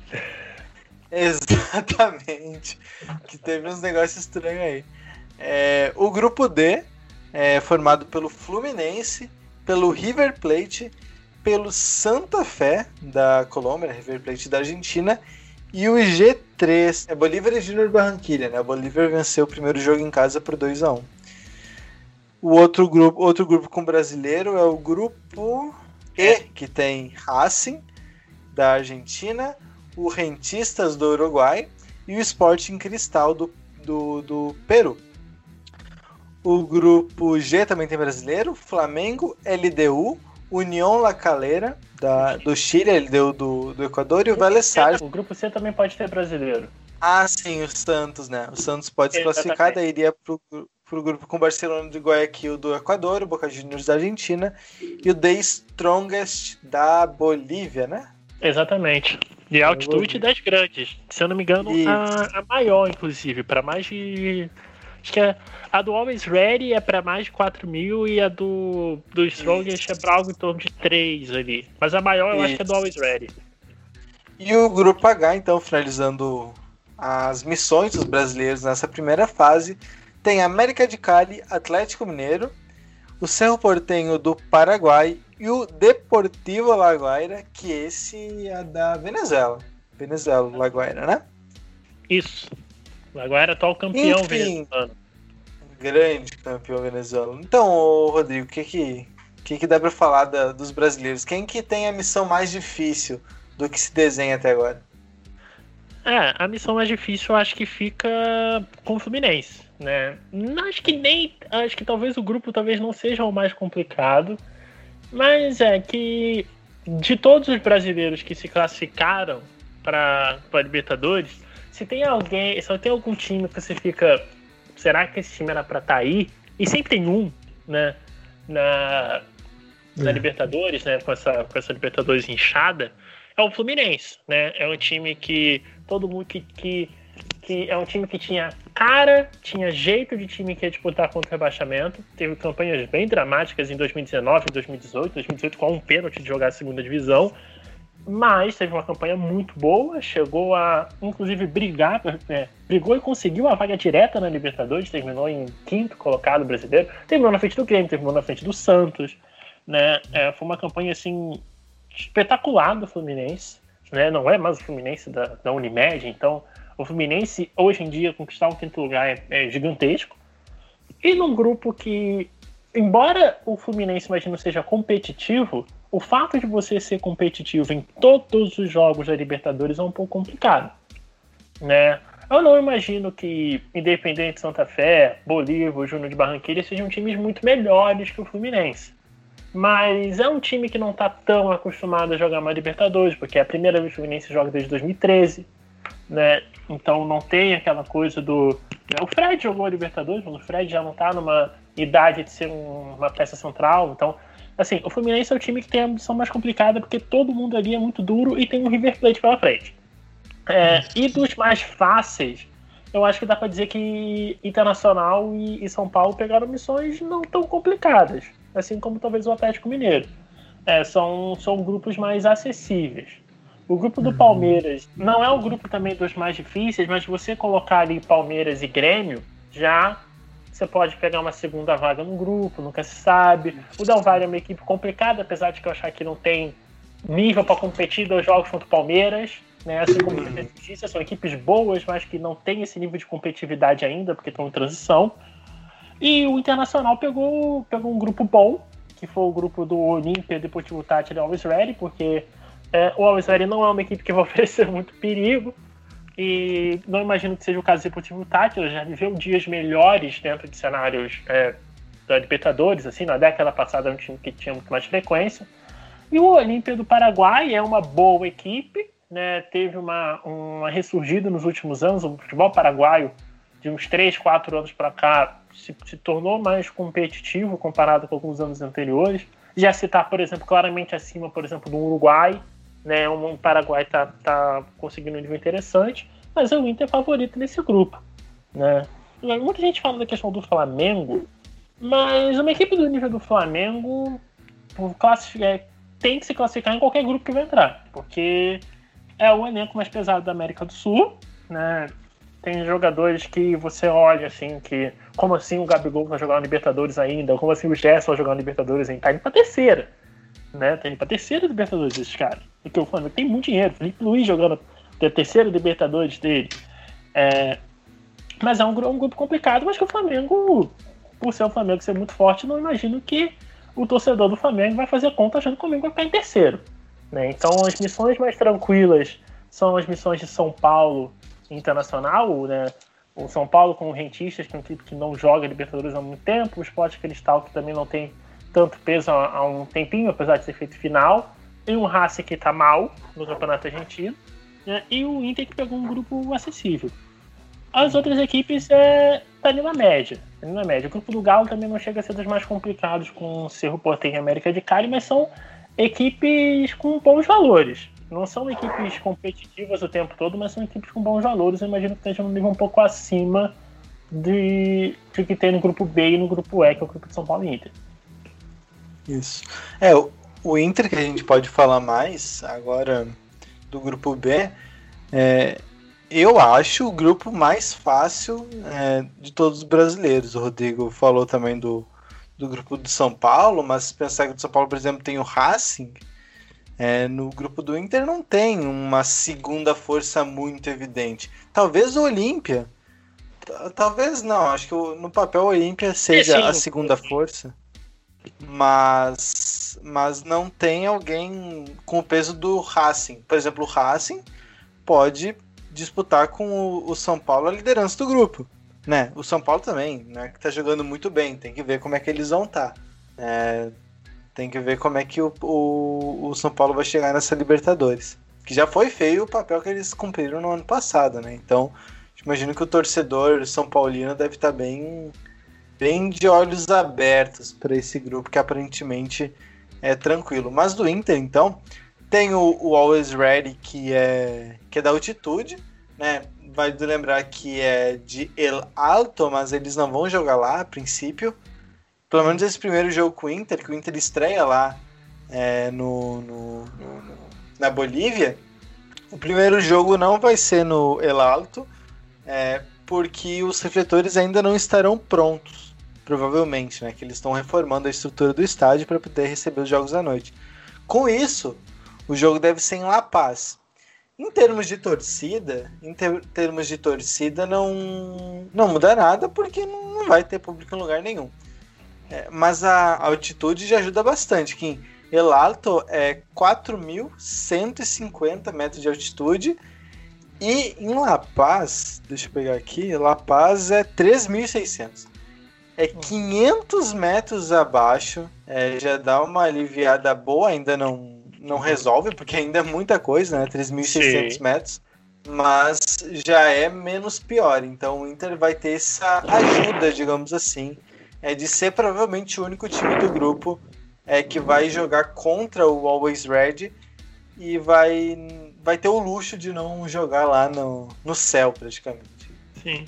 Exatamente. Que teve uns negócios estranhos aí. É, o grupo D é formado pelo Fluminense, pelo River Plate, pelo Santa Fé da Colômbia, River Plate da Argentina, e o G três, é Bolívar e Júnior Barranquilla, né? O Bolívar venceu o primeiro jogo em casa por dois a um. O outro grupo, outro grupo com brasileiro é o grupo E, que tem Racing da Argentina, o Rentistas do Uruguai e o Sporting Cristal do, do, do Peru. O grupo G também tem brasileiro, Flamengo, L D U, União La Calera da, do Chile, L D U do, do Equador, e o Vélez Sarsfield. O grupo C também pode ter brasileiro. Ah, sim, o Santos, né? O Santos pode se classificar, daí iria pro, pro grupo com o Barcelona de Guayaquil do Equador, o Boca Juniors da Argentina e o The Strongest da Bolívia, né? Exatamente. De altitude das grandes. Se eu não me engano, a, a maior, inclusive, para mais de Acho que a, a do Always Ready é para mais de quatro mil e a do, do Strongest é para algo em torno de três ali. Mas a maior eu Isso. acho que é do Always Ready. E o grupo H, então, finalizando as missões dos brasileiros nessa primeira fase, tem América de Cali, Atlético Mineiro, o Cerro Porteño do Paraguai e o Deportivo Laguaira, que esse é da Venezuela. Venezuela, Laguaira, né? Isso. Laguaira, atual campeão Enfim, venezuelano. Grande campeão venezuelano. Então, Rodrigo, o que que, que que dá para falar da, dos brasileiros? Quem que tem a missão mais difícil do que se desenha até agora? É, a missão mais difícil eu acho que fica com o Fluminense, né? Acho que nem, acho que talvez o grupo talvez não seja o mais complicado, mas é que de todos os brasileiros que se classificaram para a Libertadores, se tem alguém, se tem algum time que você fica, será que esse time era para estar aí? E sempre tem um, né? Na, na é. Libertadores, né? Com essa, com essa Libertadores inchada. É o Fluminense, né? É um time que todo mundo que, que, que é um time que tinha cara, tinha jeito de time que ia disputar contra o rebaixamento. Teve campanhas bem dramáticas em dois mil e dezenove, dois mil e dezoito, dois mil e dezoito com um pênalti de jogar a segunda divisão. Mas teve uma campanha muito boa, chegou a, inclusive, brigar, é, brigou e conseguiu a vaga direta na Libertadores, terminou em quinto colocado brasileiro, terminou na frente do Grêmio, terminou na frente do Santos, né? É, foi uma campanha, assim, espetacular do Fluminense, né? Não é mais o Fluminense da, da Unimed, então o Fluminense hoje em dia conquistar um quinto lugar é, é gigantesco. E num grupo que, embora o Fluminense imagino seja competitivo, o fato de você ser competitivo em todos os jogos da Libertadores é um pouco complicado, né? Eu não imagino que Independente Santa Fé, Bolívar, Júnior de Barranquilla sejam times muito melhores que o Fluminense. Mas é um time que não está tão acostumado a jogar mais Libertadores, porque é a primeira vez que o Fluminense joga desde dois mil e treze, né? Então não tem aquela coisa do... O Fred jogou a Libertadores, mas o Fred já não está numa idade de ser um, uma peça central. Então, assim, o Fluminense é o time que tem a missão mais complicada, porque todo mundo ali é muito duro e tem um River Plate pela frente. É, e dos mais fáceis, eu acho que dá para dizer que Internacional e, e São Paulo pegaram missões não tão complicadas, assim como talvez o Atlético Mineiro. É, são, são grupos mais acessíveis. O grupo do Palmeiras não é o grupo também dos mais difíceis, mas você colocar ali Palmeiras e Grêmio, já você pode pegar uma segunda vaga no grupo, nunca se sabe. O Del Valle é uma equipe complicada, apesar de que eu achar que não tem nível para competir dois jogos contra o Palmeiras, né? Assim como a Justiça, são equipes boas, mas que não tem esse nível de competitividade ainda, porque estão em transição. E o Internacional pegou, pegou um grupo bom, que foi o grupo do Olímpia, Deportivo Táchira e Always Ready, porque é, o Always Ready não é uma equipe que vai oferecer muito perigo, e não imagino que seja o caso do Deportivo Táchira, já viveu dias melhores dentro de cenários é, da Libertadores, assim, na década passada era um time que tinha muito mais frequência. E o Olímpia do Paraguai é uma boa equipe, né? Teve uma, uma ressurgida nos últimos anos, o futebol paraguaio de uns três, quatro anos para cá se, se tornou mais competitivo comparado com alguns anos anteriores. Já citar, por exemplo, claramente acima, por exemplo, do Uruguai, né? O Paraguai está tá conseguindo um nível interessante, mas o Inter é favorito nesse grupo, né? Muita gente fala da questão do Flamengo, mas uma equipe do nível do Flamengo é, tem que se classificar em qualquer grupo que vai entrar, porque é o elenco mais pesado da América do Sul, né? Tem jogadores que você olha assim, que como assim o Gabigol vai jogar na Libertadores ainda, como assim o Gerson vai jogar na Libertadores ainda, tá indo pra terceira, né? Tá indo pra terceira Libertadores esses caras, porque o Flamengo tem muito dinheiro, Felipe Luiz jogando a terceira Libertadores dele, é... mas é um, um grupo complicado, mas que o Flamengo, por ser o Flamengo ser muito forte, não imagino que o torcedor do Flamengo vai fazer conta achando que o Flamengo vai ficar em terceiro, né? Então as missões mais tranquilas são as missões de São Paulo Internacional, né? O São Paulo com o Rentistas, que é um equipe que não joga Libertadores há muito tempo, o Sport Cristal, que também não tem tanto peso há, há um tempinho, apesar de ser feito final, e um Racing que está mal no Campeonato Argentino, né? E o Inter que pegou um grupo acessível. As outras equipes é, tá ali na média, tá ali na média. O grupo do Galo também não chega a ser dos mais complicados com o Cerro Porteño e América de Cali, mas são equipes com bons valores. Não são equipes competitivas o tempo todo, mas são equipes com bons valores. Eu imagino que estejam num nível um pouco acima de, de que tem no grupo B e no grupo E, que é o grupo de São Paulo e Inter. Isso. É, o, o Inter, que a gente pode falar mais agora do grupo B, é, eu acho o grupo mais fácil é, de todos os brasileiros. O Rodrigo falou também do, do grupo do São Paulo, mas se pensar que o São Paulo, por exemplo, tem o Racing, é, no grupo do Inter não tem uma segunda força muito evidente. Talvez o Olímpia, t- talvez não, acho que o, no papel o Olímpia seja sim, a segunda força, mas, mas não tem alguém com o peso do Racing. Por exemplo, o Racing pode disputar com o, o São Paulo a liderança do grupo, né? O São Paulo também, né, que tá jogando muito bem, tem que ver como é que eles vão estar. É, tem que ver como é que o, o, o São Paulo vai chegar nessa Libertadores, que já foi feio o papel que eles cumpriram no ano passado, né? Então, imagino que o torcedor são paulino deve estar bem, bem de olhos abertos para esse grupo que aparentemente é tranquilo. Mas do Inter, então, tem o, o Always Ready, que é, que é da altitude, né? Vai lembrar que é de El Alto, mas eles não vão jogar lá a princípio. Pelo menos esse primeiro jogo com o Inter, que o Inter estreia lá é, no, no, no, no, na Bolívia, o primeiro jogo não vai ser no El Alto, é, porque os refletores ainda não estarão prontos, provavelmente, né? Que eles estão reformando a estrutura do estádio para poder receber os jogos à noite. Com isso, o jogo deve ser em La Paz. Em termos de torcida, em ter, termos de torcida não, não muda nada, porque não vai ter público em lugar nenhum. É, mas a altitude já ajuda bastante, que em El Alto é quatro mil cento e cinquenta metros de altitude e em La Paz, deixa eu pegar aqui, La Paz é três mil e seiscentos. É quinhentos metros abaixo, é, já dá uma aliviada boa, ainda não, não resolve, porque ainda é muita coisa, né, três mil e seiscentos metros, mas já é menos pior, então o Inter vai ter essa ajuda, digamos assim, é de ser provavelmente o único time do grupo é, que vai jogar contra o Always Red e vai, vai ter o luxo de não jogar lá no, no céu, praticamente. Sim.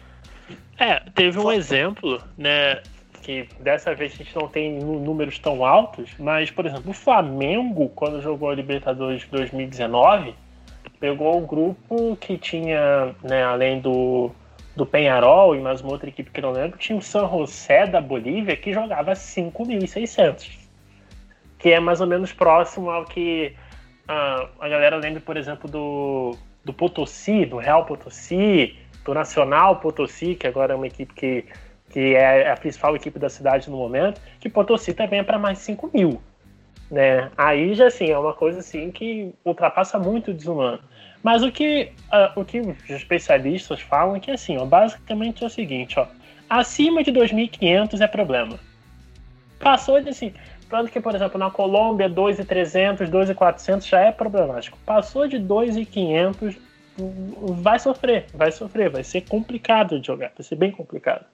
É, teve um exemplo, né, que dessa vez a gente não tem números tão altos, mas, por exemplo, o Flamengo, quando jogou a Libertadores de dois mil e dezenove, pegou um grupo que tinha, né, além do... do Peñarol e mais uma outra equipe que eu não lembro, tinha o San José da Bolívia que jogava cinco mil e seiscentos, que é mais ou menos próximo ao que uh, a galera lembra, por exemplo, do, do Potosí, do Real Potosí, do Nacional Potosí, que agora é uma equipe que, que é a principal equipe da cidade no momento, que Potosí também é para mais cinco mil. Né? Aí já assim, é uma coisa assim que ultrapassa muito o desumano. Mas o que, uh, o que os especialistas falam é que assim, ó, basicamente é o seguinte, ó, acima de dois mil e quinhentos é problema. Passou de assim, tanto que, por exemplo, na Colômbia dois mil e trezentos, dois mil e quatrocentos já é problemático. Passou de dois mil e quinhentos, vai sofrer, vai sofrer, vai ser complicado de jogar, vai ser bem complicado.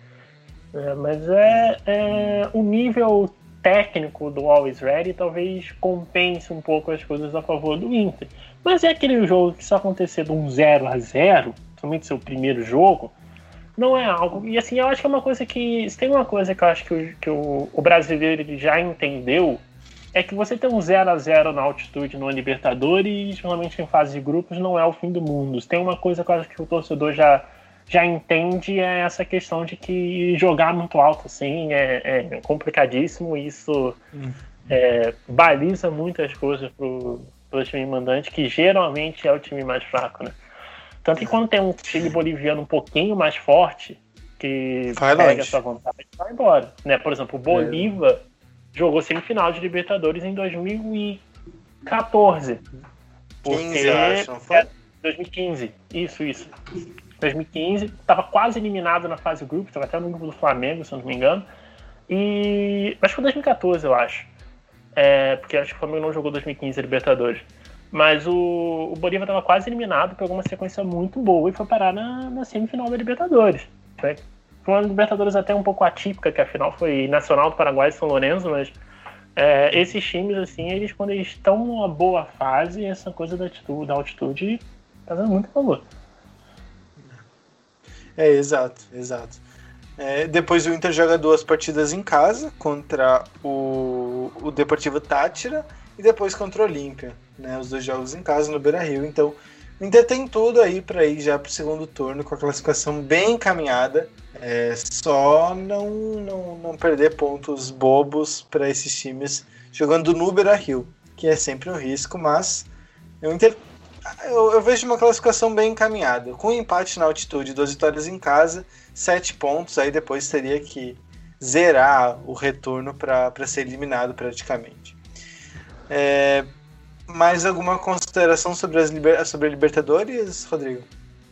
É, mas é, é o nível técnico do Always Ready talvez compense um pouco as coisas a favor do Inter. Mas é aquele jogo que se acontecer de um zero a zero, somente seu primeiro jogo, não é algo... E assim, eu acho que é uma coisa que... Se tem uma coisa que eu acho que o, que o, o brasileiro ele já entendeu, é que você ter um zero a zero na altitude no Libertadores, normalmente em fase de grupos, não é o fim do mundo. Se tem uma coisa que eu acho que o torcedor já, já entende, é essa questão de que jogar muito alto assim é, é complicadíssimo, e isso hum. é, baliza muitas coisas pro, pro time mandante, que geralmente é o time mais fraco, né? Tanto que quando tem um time boliviano um pouquinho mais forte, que vai pega longe. essa vontade, vai embora. Né? Por exemplo, o Bolívar é. jogou semifinal de Libertadores em dois mil e quatorze. quinze, eu acho, não foi? É, dois mil e quinze, isso, isso. dois mil e quinze, estava quase eliminado na fase grupo, estava até no grupo do Flamengo, se eu não me engano. E acho que foi dois mil e quatorze, eu acho. É, porque acho que o Flamengo não jogou dois mil e quinze Libertadores. Mas o, o Bolívar estava quase eliminado, pegou uma sequência muito boa e foi parar na, na semifinal da Libertadores. Foi, foi uma Libertadores até um pouco atípica, que afinal foi Nacional do Paraguai e São Lourenço, mas é, esses times, assim, eles quando eles estão numa boa fase, essa coisa da altitude, da altitude tá dando muito valor. É, exato, exato. É, depois o Inter joga duas partidas em casa contra o, o Deportivo Táchira e depois contra o Olímpia, né? Os dois jogos em casa no Beira-Rio. Então o Inter tem tudo aí para ir já para o segundo turno com a classificação bem encaminhada. É, só não, não, não perder pontos bobos para esses times jogando no Beira-Rio, que é sempre um risco, mas o Inter, eu, eu vejo uma classificação bem encaminhada. Com um empate na altitude, duas vitórias em casa, sete pontos, aí depois teria que zerar o retorno para ser eliminado praticamente. É, mais alguma consideração sobre, as liber, sobre a Libertadores, Rodrigo?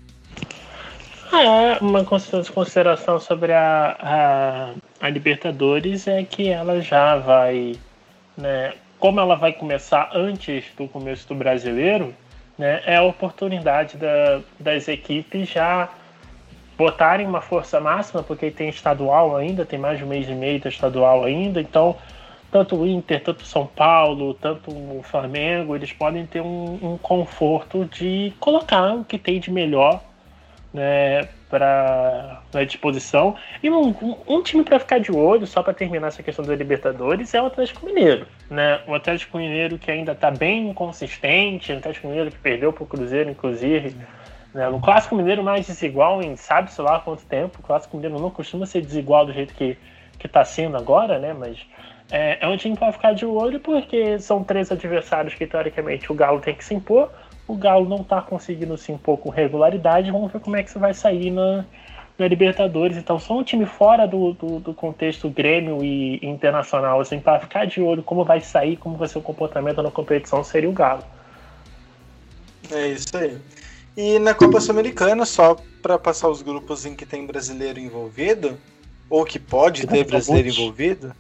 É, uma consideração sobre a, a, a Libertadores é que ela já vai, né, como ela vai começar antes do começo do Brasileiro, né, é a oportunidade da, das equipes já botarem uma força máxima, porque tem estadual ainda, tem mais de um mês e meio de estadual ainda, então tanto o Inter, tanto o São Paulo, tanto o Flamengo, eles podem ter um, um conforto de colocar o que tem de melhor, né, para à disposição. E um, um, um time para ficar de olho, só para terminar essa questão da Libertadores, é o Atlético Mineiro, né? O Atlético Mineiro que ainda está bem inconsistente, o Atlético Mineiro que perdeu para o Cruzeiro, inclusive, né? No Clássico Mineiro mais desigual em sabe-se lá há quanto tempo. O Clássico Mineiro não costuma ser desigual do jeito que está sendo agora, né? Mas é, é um time para ficar de olho, porque são três adversários que, teoricamente, o Galo tem que se impor. O Galo não está conseguindo se impor com regularidade. Vamos ver como é que isso vai sair na, na Libertadores. Então, só um time fora do, do, do contexto Grêmio e Internacional, assim, para ficar de olho como vai sair, como vai ser o comportamento na competição, seria o Galo. É isso aí. E na Copa Sul-Americana, só para passar os grupos em que tem brasileiro envolvido, ou que pode ter brasileiro envolvido?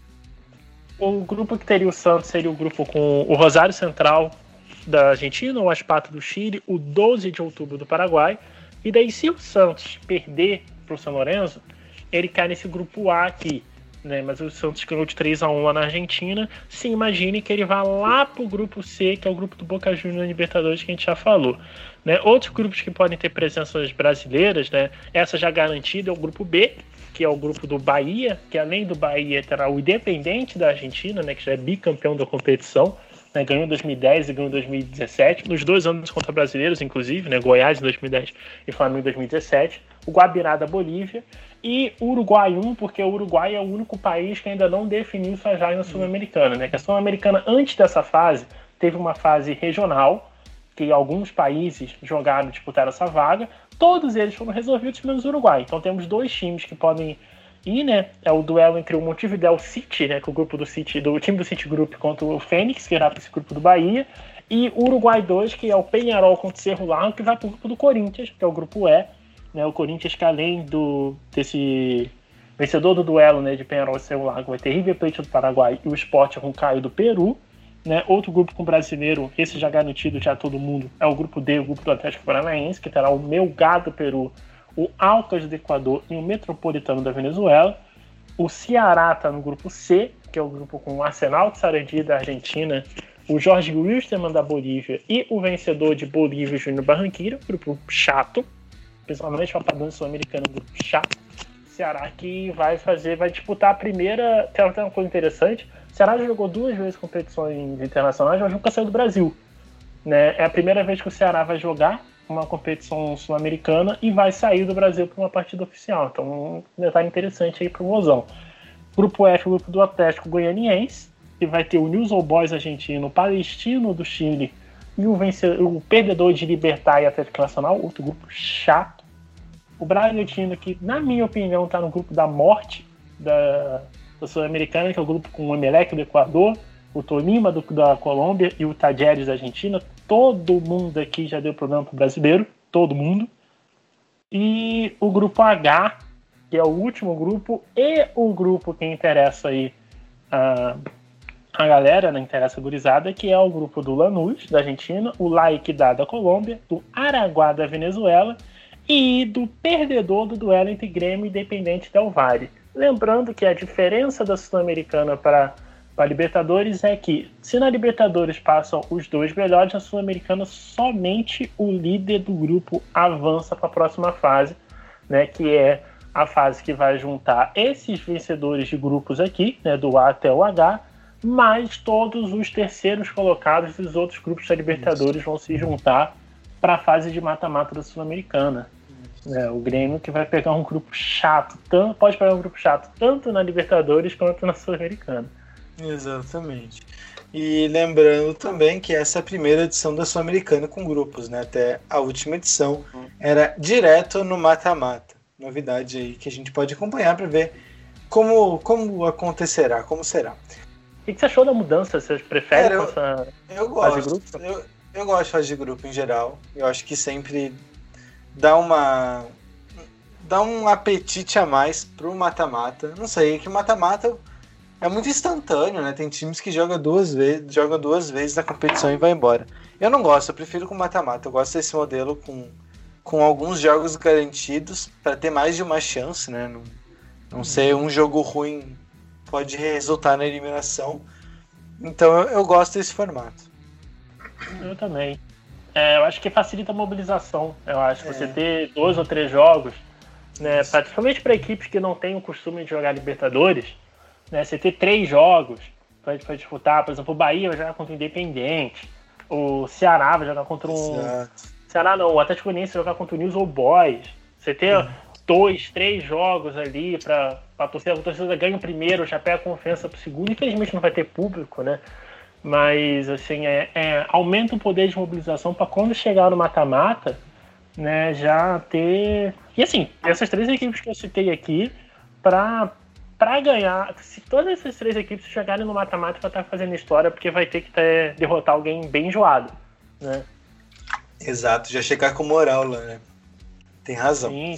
O grupo que teria o Santos seria o grupo com o Rosário Central da Argentina, o Aspato do Chile, o doze de outubro do Paraguai. E daí, se o Santos perder para o São Lourenço, ele cai nesse grupo A aqui, né? Mas o Santos ganhou de três a um lá na Argentina. Se imagine que ele vai lá para o grupo C, que é o grupo do Boca Juniors na Libertadores, que a gente já falou, né? Outros grupos que podem ter presenças brasileiras, né? Essa já garantida é o grupo B, que é o grupo do Bahia, que além do Bahia terá o Independente da Argentina, né? Que já é bicampeão da competição, né, ganhou em dois mil e dez e ganhou em dois mil e dezessete, nos dois anos contra brasileiros, inclusive, né, Goiás em dois mil e dez e Flamengo em dois mil e dezessete, o Guabirá da Bolívia e o Uruguai um, porque o Uruguai é o único país que ainda não definiu sua vaga na Sul-Americana, né, que a Sul-Americana, antes dessa fase, teve uma fase regional, que alguns países jogaram e disputaram essa vaga, todos eles foram resolvidos menos o Uruguai, então temos dois times que podem ir, né, é o duelo entre o Montevideo City, né, que é o grupo do City, do time do City Group contra o Fênix, que irá para esse grupo do Bahia, e o Uruguai dois, que é o Peñarol contra o Cerro Largo, que vai para o grupo do Corinthians, que é o grupo E, né, o Corinthians que além do, desse vencedor do duelo, né, de Peñarol e Cerro Largo, vai ter River Plate do Paraguai e o Sport Huancayo do Peru, né, outro grupo com brasileiro, esse já garantido já todo mundo, é o grupo D, o grupo do Atlético Paranaense, que terá o Melgar do Peru, o Alcas do Equador e o Metropolitano da Venezuela. O Ceará está no grupo C, que é o grupo com o Arsenal de Sarandi da Argentina, o Jorge Wilstermann da Bolívia e o vencedor de Bolívia, Júnior Barranquilla, grupo chato, principalmente para o padrão sul-americano, grupo chato. Ceará que vai fazer, vai disputar a primeira. Tem uma coisa interessante: o Ceará já jogou duas vezes competições internacionais, mas nunca saiu do Brasil, né? É a primeira vez que o Ceará vai jogar uma competição sul-americana e vai sair do Brasil para uma partida oficial. Então, um detalhe interessante aí para o Mozão. Grupo F, o grupo do Atlético Goianiense, que vai ter o News Old Boys argentino, o Palestino do Chile e o, vencedor, o perdedor de Libertad e Atlético Nacional, outro grupo chato. O Bragantino, que, na minha opinião, está no grupo da morte da, da Sul-Americana, que é o grupo com o Emelec do Equador, o Tolima do, da Colômbia e o Tajeres da Argentina. Todo mundo aqui já deu problema pro brasileiro, todo mundo. E o grupo H, que é o último grupo, e o grupo que interessa aí a, a galera, né, interessa a gurizada, que é o grupo do Lanús, da Argentina, o La Equidad da Colômbia, do Araguá da Venezuela e do perdedor do duelo entre Grêmio e Independente Del Valle. Lembrando que a diferença da Sul-Americana para a Libertadores é que, se na Libertadores passam os dois melhores, na Sul-Americana somente o líder do grupo avança para a próxima fase, né, que é a fase que vai juntar esses vencedores de grupos aqui, né, do A até o H, mais todos os terceiros colocados dos outros grupos da Libertadores vão se juntar para a fase de mata-mata da Sul-Americana. É, o Grêmio que vai pegar um grupo chato, tanto, pode pegar um grupo chato tanto na Libertadores quanto na Sul-Americana. Exatamente. E lembrando também que essa é a primeira edição da Sul-Americana com grupos, né? Até a última edição era direto no mata-mata. Novidade aí que a gente pode acompanhar para ver como, como acontecerá, como será. O que você achou da mudança? Você prefere Cara, eu, essa eu fase gosto, de grupo? Eu, eu gosto de fase de grupo em geral. Eu acho que sempre dá uma dá um apetite a mais pro mata-mata. Não sei, que o mata-mata é muito instantâneo, né? Tem times que jogam duas vezes, jogam duas vezes na competição e vai embora. Eu não gosto, eu prefiro com mata-mata. Eu gosto desse modelo com, com alguns jogos garantidos para ter mais de uma chance, né? Não, não ser um jogo ruim pode resultar na eliminação. Então eu, eu gosto desse formato. Eu também. É, eu acho que facilita a mobilização. Eu acho que É. você ter dois ou três jogos, né, principalmente para equipes que não têm o costume de jogar Libertadores, né, você ter três jogos para disputar. Por exemplo, o Bahia vai jogar contra o Independente, o Ceará vai jogar contra um... Exato. Ceará não, o Atlético Goianiense vai jogar contra o News Old Boys. Você ter uhum. dois, três jogos ali para a torcida, a torcida ganha o primeiro, já pega a confiança para o segundo. Infelizmente não vai ter público, né? Mas assim, é, é, aumenta o poder de mobilização para quando chegar no mata-mata, né, já ter... E assim, essas três equipes que eu citei aqui, para para ganhar, se todas essas três equipes chegarem no mata-mata, vai estar fazendo história, porque vai ter que ter, derrotar alguém bem enjoado, né? Exato, já chegar com moral lá, né? Tem razão. Sim.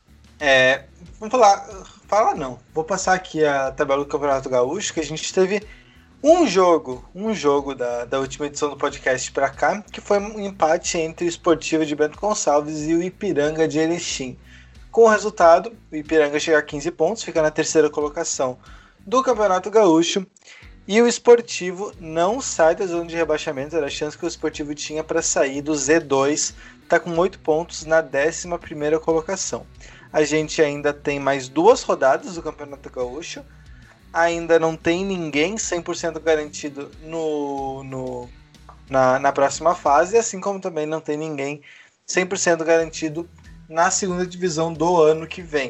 É, vamos falar, fala não, vou passar aqui a tabela do Campeonato Gaúcho, que a gente teve um jogo, um jogo da, da última edição do podcast pra cá, que foi um empate entre o Sportivo de Bento Gonçalves e o Ipiranga de Erechim. Com o resultado, o Ipiranga chega a quinze pontos, fica na terceira colocação do Campeonato Gaúcho, e o Sportivo não sai da zona de rebaixamento. Era a chance que o Sportivo tinha para sair do Z dois, está com oito pontos na décima primeira colocação. A gente ainda tem mais duas rodadas do Campeonato Gaúcho, ainda não tem ninguém cem por cento garantido no, no, na, na próxima fase, assim como também não tem ninguém cem por cento garantido na segunda divisão do ano que vem.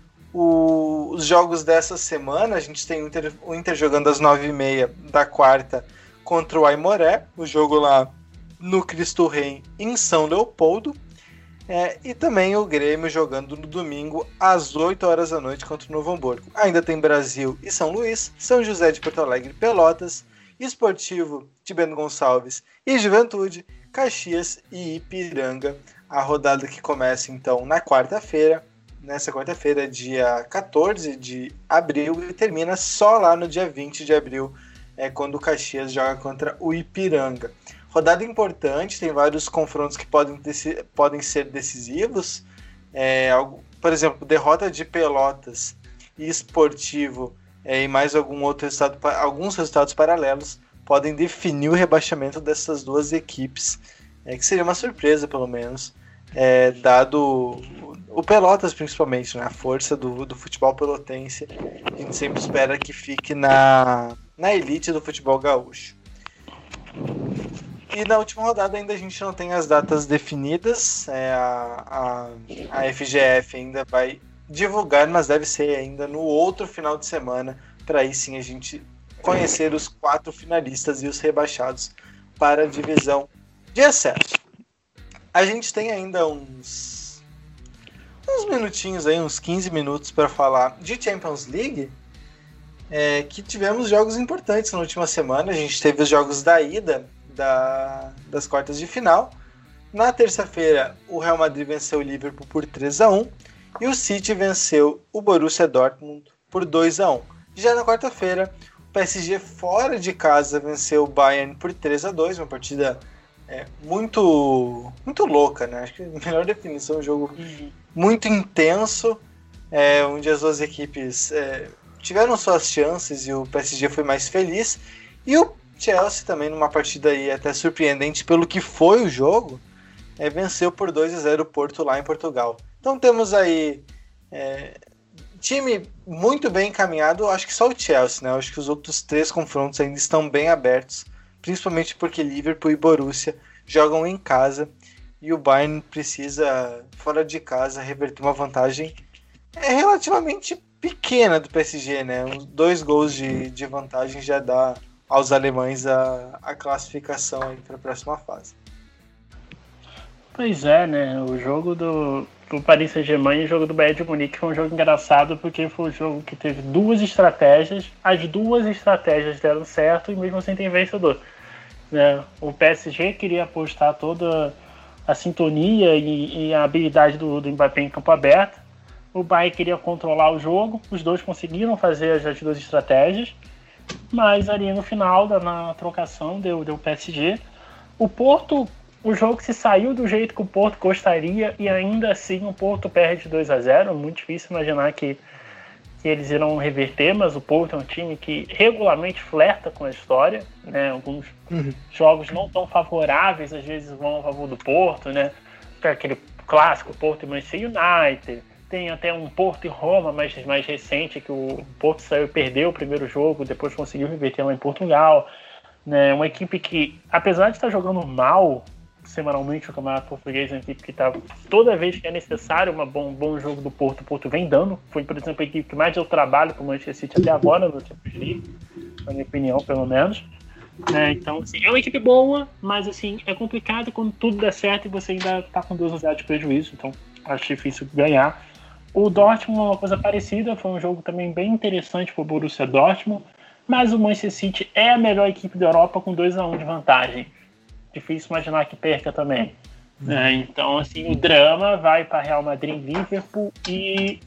O, os jogos dessa semana, a gente tem o Inter, o Inter jogando às nove e meia da quarta contra o Aimoré, o jogo lá no Cristo Rei em São Leopoldo, é, e também o Grêmio jogando no domingo às oito horas da noite contra o Novo Hamburgo. Ainda tem Brasil e São Luís, São José de Porto Alegre e Pelotas, Esportivo de Bento Gonçalves e Juventude, Caxias e Ipiranga. A rodada que começa então na quarta-feira, nessa quarta-feira, dia quatorze de abril, e termina só lá no dia vinte de abril, é quando o Caxias joga contra o Ipiranga. Rodada importante, tem vários confrontos que podem, deci- podem ser decisivos. É, por exemplo, derrota de Pelotas e Esportivo é, e mais algum outro resultado, alguns resultados paralelos podem definir o rebaixamento dessas duas equipes. É, que seria uma surpresa, pelo menos, é, dado o Pelotas, principalmente, né, a força do, do futebol pelotense. A gente sempre espera que fique na, na elite do futebol gaúcho. E na última rodada ainda a gente não tem as datas definidas, é, a, a, a F G F ainda vai divulgar, mas deve ser ainda no outro final de semana, para aí sim a gente conhecer os quatro finalistas e os rebaixados para a divisão de acesso. A gente tem ainda uns, uns minutinhos aí, uns quinze minutos para falar de Champions League, é, que tivemos jogos importantes na última semana. A gente teve os jogos da ida da, das quartas de final. Na terça-feira, o Real Madrid venceu o Liverpool por três a um e o City venceu o Borussia Dortmund por dois a um. Já na quarta-feira, o P S G fora de casa venceu o Bayern por três a dois, uma partida é, muito, muito louca, né? Acho que a melhor definição, um jogo muito intenso, é, onde as duas equipes é, tiveram suas chances e o P S G foi mais feliz. E o Chelsea também, numa partida aí até surpreendente pelo que foi o jogo, é, venceu por dois a zero o Porto lá em Portugal. Então temos aí é, time muito bem encaminhado, acho que só o Chelsea, né? Acho que os outros três confrontos ainda estão bem abertos, principalmente porque Liverpool e Borussia jogam em casa e o Bayern precisa, fora de casa, reverter uma vantagem é, relativamente pequena do P S G, né? Uns dois gols de, de vantagem já dá aos alemães a, a classificação para a próxima fase. Pois é, né? O jogo do, do Paris Saint-Germain e o jogo do Bayern de Munique foi um jogo engraçado porque foi um jogo que teve duas estratégias, as duas estratégias deram certo e mesmo assim tem vencedor. Né? O P S G queria apostar toda a sintonia e, e a habilidade do, do Mbappé em campo aberto. O Bayern queria controlar o jogo, os dois conseguiram fazer as, as duas estratégias, mas ali no final, da, na trocação, deu, deu o P S G. O Porto, o jogo se saiu do jeito que o Porto gostaria e ainda assim o Porto perde dois a zero. Muito difícil imaginar que, que eles irão reverter, mas o Porto é um time que regularmente flerta com a história, né? Alguns uhum. jogos não tão favoráveis às vezes vão a favor do Porto, né? Aquele clássico Porto e Manchester United. Tem até um Porto e Roma mais, mais recente, que o Porto saiu e perdeu o primeiro jogo, depois conseguiu reverter lá em Portugal. Né? Uma equipe que, apesar de estar jogando mal semanalmente o Campeonato Português, é uma equipe que está, toda vez que é necessário um bom, bom jogo do Porto, o Porto vem dando. Foi, por exemplo, a equipe que mais deu trabalho para o Manchester City até agora, no Champions League, na minha opinião, pelo menos. Né? Então, assim, é uma equipe boa, mas assim, é complicado quando tudo dá certo e você ainda está com dois a zero de prejuízo. Então, acho difícil ganhar. O Dortmund é uma coisa parecida, foi um jogo também bem interessante para o Borussia Dortmund, mas o Manchester City é a melhor equipe da Europa com dois a um de vantagem. Difícil imaginar que perca também. Uhum. É, então, assim, o drama vai para Real Madrid, Liverpool e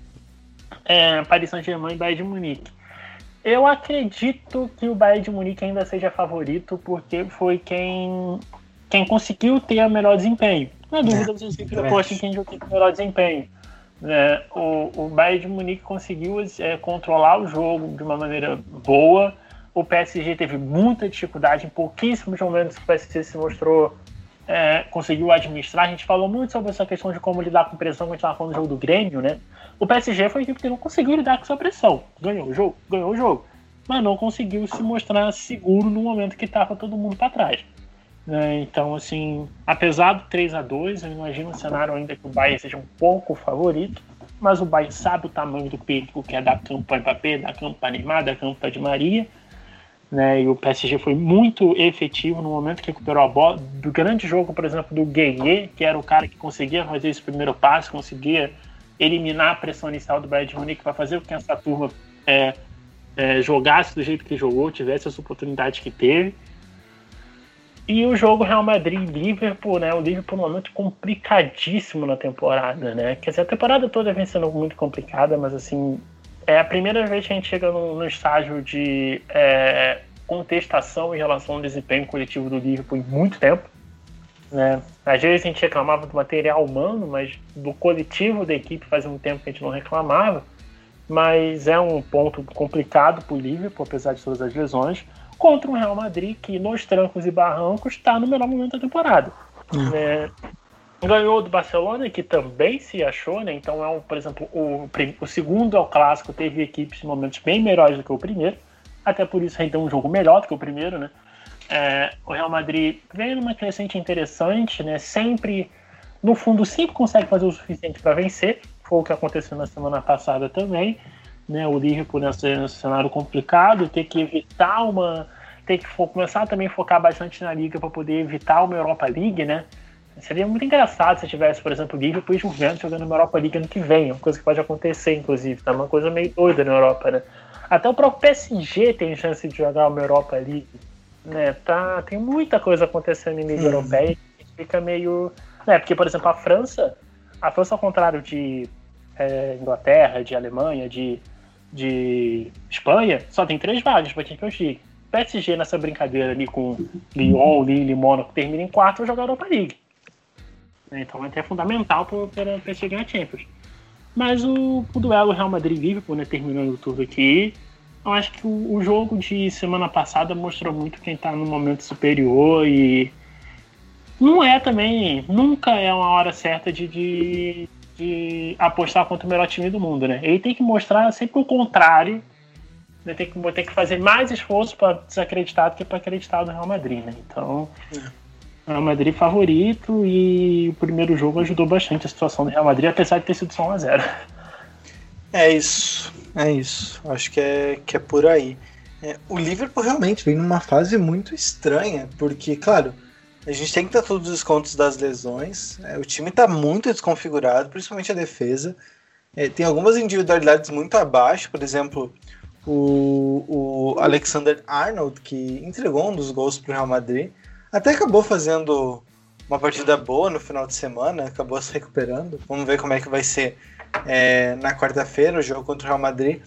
é, Paris Saint-Germain e Bayern de Munique. Eu acredito que o Bayern de Munique ainda seja favorito, porque foi quem, quem conseguiu ter o melhor desempenho. Na dúvida, você sempre aposta em quem tem o melhor desempenho. É, o, o Bayern de Munique conseguiu é, controlar o jogo de uma maneira boa. O P S G teve muita dificuldade. Em pouquíssimos momentos o P S G se mostrou, é, conseguiu administrar. A gente falou muito sobre essa questão de como lidar com pressão quando a gente estava falando do jogo do Grêmio, né? O P S G foi a equipe que não conseguiu lidar com essa pressão. Ganhou o jogo, ganhou o jogo, mas não conseguiu se mostrar seguro no momento que estava todo mundo para trás. É, então, assim, apesar do três a dois, eu imagino um cenário ainda que o Bayern seja um pouco favorito, mas o Bayern sabe o tamanho do perigo que é dar campo para Mbappé, dar campo para Neymar, dar campo para Di Maria, né? E o P S G foi muito efetivo no momento que recuperou a bola. Do grande jogo, por exemplo, do Gueye, que era o cara que conseguia fazer esse primeiro passe, conseguia eliminar a pressão inicial do Bayern de Munique para fazer com que essa turma é, é, jogasse do jeito que jogou, tivesse as oportunidades que teve. E o jogo Real Madrid e Liverpool, né? O Liverpool é um momento complicadíssimo na temporada, né? Quer dizer, a temporada toda vem sendo muito complicada, mas assim, é a primeira vez que a gente chega no, no estágio de é, contestação em relação ao desempenho coletivo do Liverpool em muito tempo, né? Às vezes a gente reclamava do material humano, mas do coletivo da equipe faz um tempo que a gente não reclamava. Mas é um ponto complicado para o Liverpool, apesar de todas as lesões, contra um Real Madrid que, nos trancos e barrancos, está no melhor momento da temporada. Uhum. É, ganhou do Barcelona, que também se achou, né? Então, é um, por exemplo, o, o segundo ao clássico teve equipes em momentos bem melhores do que o primeiro, até por isso rendeu um jogo melhor do que o primeiro, né? É, o Real Madrid veio numa crescente interessante, né? Sempre, no fundo, sempre consegue fazer o suficiente para vencer. Foi o que aconteceu na semana passada também. Né, o Liverpool nesse, nesse cenário complicado, ter que evitar uma. Ter que for, começar também a focar bastante na Liga para poder evitar uma Europa League, né? Seria muito engraçado se tivesse, por exemplo, o Liverpool e o Juventus jogando uma Europa League ano que vem, uma coisa que pode acontecer, inclusive, tá? Uma coisa meio doida na Europa, né? Até o próprio P S G tem chance de jogar uma Europa League, né? Tá, tem muita coisa acontecendo em Liga hum. Europeia e fica meio. Né? Porque, por exemplo, a França, a França, ao contrário de é, Inglaterra, de Alemanha, de. de Espanha, só tem três vagas para a Champions League. P S G nessa brincadeira ali com Lyon, Lille e Mônaco termina em quarto, vai jogar a Europa League. Então é fundamental para o P S G ganhar a Champions. Mas o, o duelo Real Madrid-Liverpool, né, terminando tudo aqui, eu acho que o, o jogo de semana passada mostrou muito quem está no momento superior e não é também, nunca é uma hora certa de, de, de apostar contra o melhor time do mundo, né? Ele tem que mostrar sempre o contrário, né? Tem que, tem que fazer mais esforço para desacreditar do que para acreditar no Real Madrid, né? Então, o Real Madrid favorito, e o primeiro jogo ajudou bastante a situação do Real Madrid, apesar de ter sido só um a zero. É isso, é isso. Acho que é, que é por aí. É, o Liverpool realmente vem numa fase muito estranha, porque, claro, a gente tem que dar todos os contos das lesões. É, o time está muito desconfigurado, principalmente a defesa. É, tem algumas individualidades muito abaixo, por exemplo, o, o Alexander Arnold, que entregou um dos gols para o Real Madrid. Até acabou fazendo uma partida boa no final de semana, acabou se recuperando. Vamos ver como é que vai ser é, na quarta-feira o jogo contra o Real Madrid.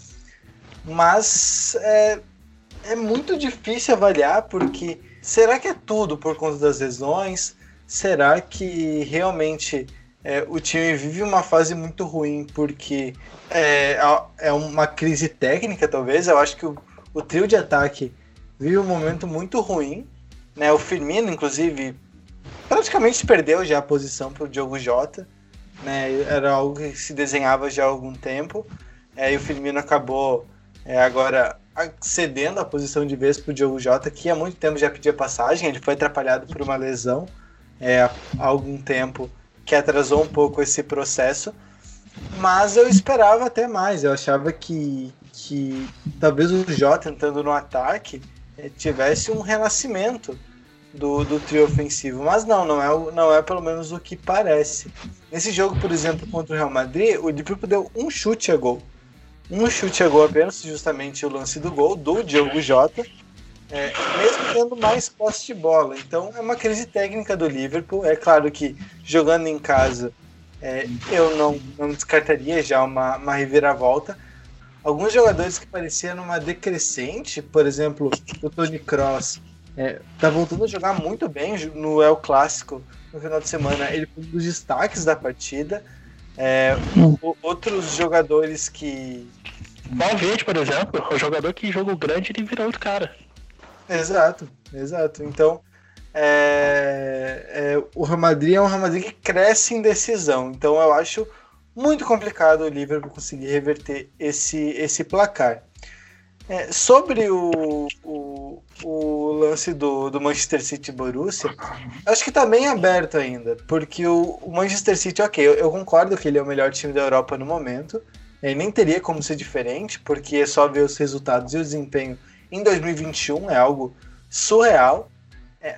Mas é, é muito difícil avaliar, porque será que é tudo por conta das lesões? Será que realmente é, o time vive uma fase muito ruim porque é, é uma crise técnica, talvez? Eu acho que o, o trio de ataque vive um momento muito ruim, né? O Firmino, inclusive, praticamente perdeu já a posição para o Diogo Jota, né? Era algo que se desenhava já há algum tempo, é, e o Firmino acabou é, agora cedendo a posição de vez para o Diogo Jota, que há muito tempo já pedia passagem. Ele foi atrapalhado por uma lesão é, há algum tempo, que atrasou um pouco esse processo, mas eu esperava até mais. Eu achava que, que talvez o Jota entrando no ataque é, tivesse um renascimento do, do trio ofensivo, mas não, não é, não é pelo menos o que parece. Nesse jogo, por exemplo, contra o Real Madrid, o Liverpool deu um chute a gol. Um chute a gol apenas, justamente o lance do gol do Diogo Jota, é, mesmo tendo mais posse de bola. Então é uma crise técnica do Liverpool. É claro que jogando em casa é, eu não, não descartaria já uma, uma reviravolta. Alguns jogadores que pareciam numa decrescente, por exemplo, o Toni Kroos, é, tá voltando a jogar muito bem no El Clássico no final de semana. Ele foi um dos destaques da partida. É, o, outros jogadores que... Valverde, por exemplo, o jogador que jogo grande, ele virou outro cara. Exato, exato. Então, é, é, o Real Madrid é um Real Madrid que cresce em decisão. Então, eu acho muito complicado o Liverpool conseguir reverter esse, esse placar. É, sobre o, o, o lance do, do Manchester City e Borussia, acho que tá bem aberto ainda, porque o, o Manchester City, ok, eu, eu concordo que ele é o melhor time da Europa no momento, é, nem teria como ser diferente, porque é só ver os resultados e o desempenho em dois mil e vinte e um, é algo surreal, é,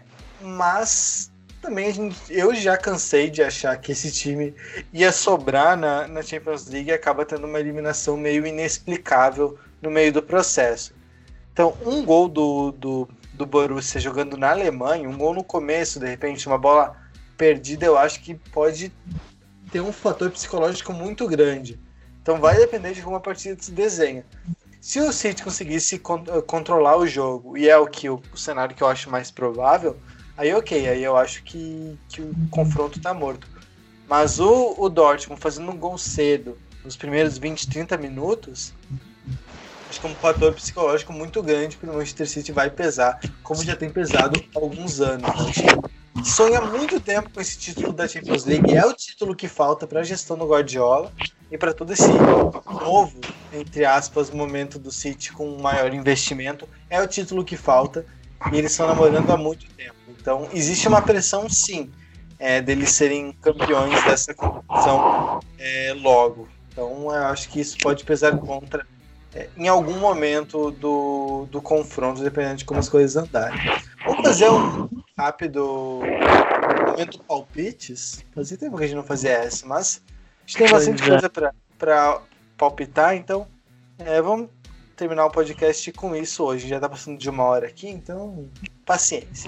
mas também a gente, eu já cansei de achar que esse time ia sobrar na, na Champions League e acaba tendo uma eliminação meio inexplicável no meio do processo. Então, um gol do, do, do Borussia jogando na Alemanha, um gol no começo, de repente, uma bola perdida, eu acho que pode ter um fator psicológico muito grande. Então, vai depender de como a partida se desenha. Se o City conseguisse con- controlar o jogo, e é o, que, o, o cenário que eu acho mais provável, aí ok, aí eu acho que, que o confronto tá morto. Mas o, o Dortmund fazendo um gol cedo, nos primeiros vinte, trinta minutos, acho que é um fator psicológico muito grande para o Manchester City vai pesar, como já tem pesado há alguns anos. O time sonha há muito tempo com esse título da Champions League, é o título que falta para a gestão do Guardiola e para todo esse novo, entre aspas, momento do City com maior investimento, é o título que falta e eles estão namorando há muito tempo. Então existe uma pressão, sim, é, deles serem campeões dessa competição é, logo. Então eu acho que isso pode pesar contra em algum momento do, do confronto, dependendo de como as coisas andarem. Vamos fazer um rápido momento palpites. Fazia tempo que a gente não fazia essa, mas a gente tem bastante coisa para palpitar, então é, vamos terminar o podcast com isso hoje. Já está passando de uma hora aqui, então paciência.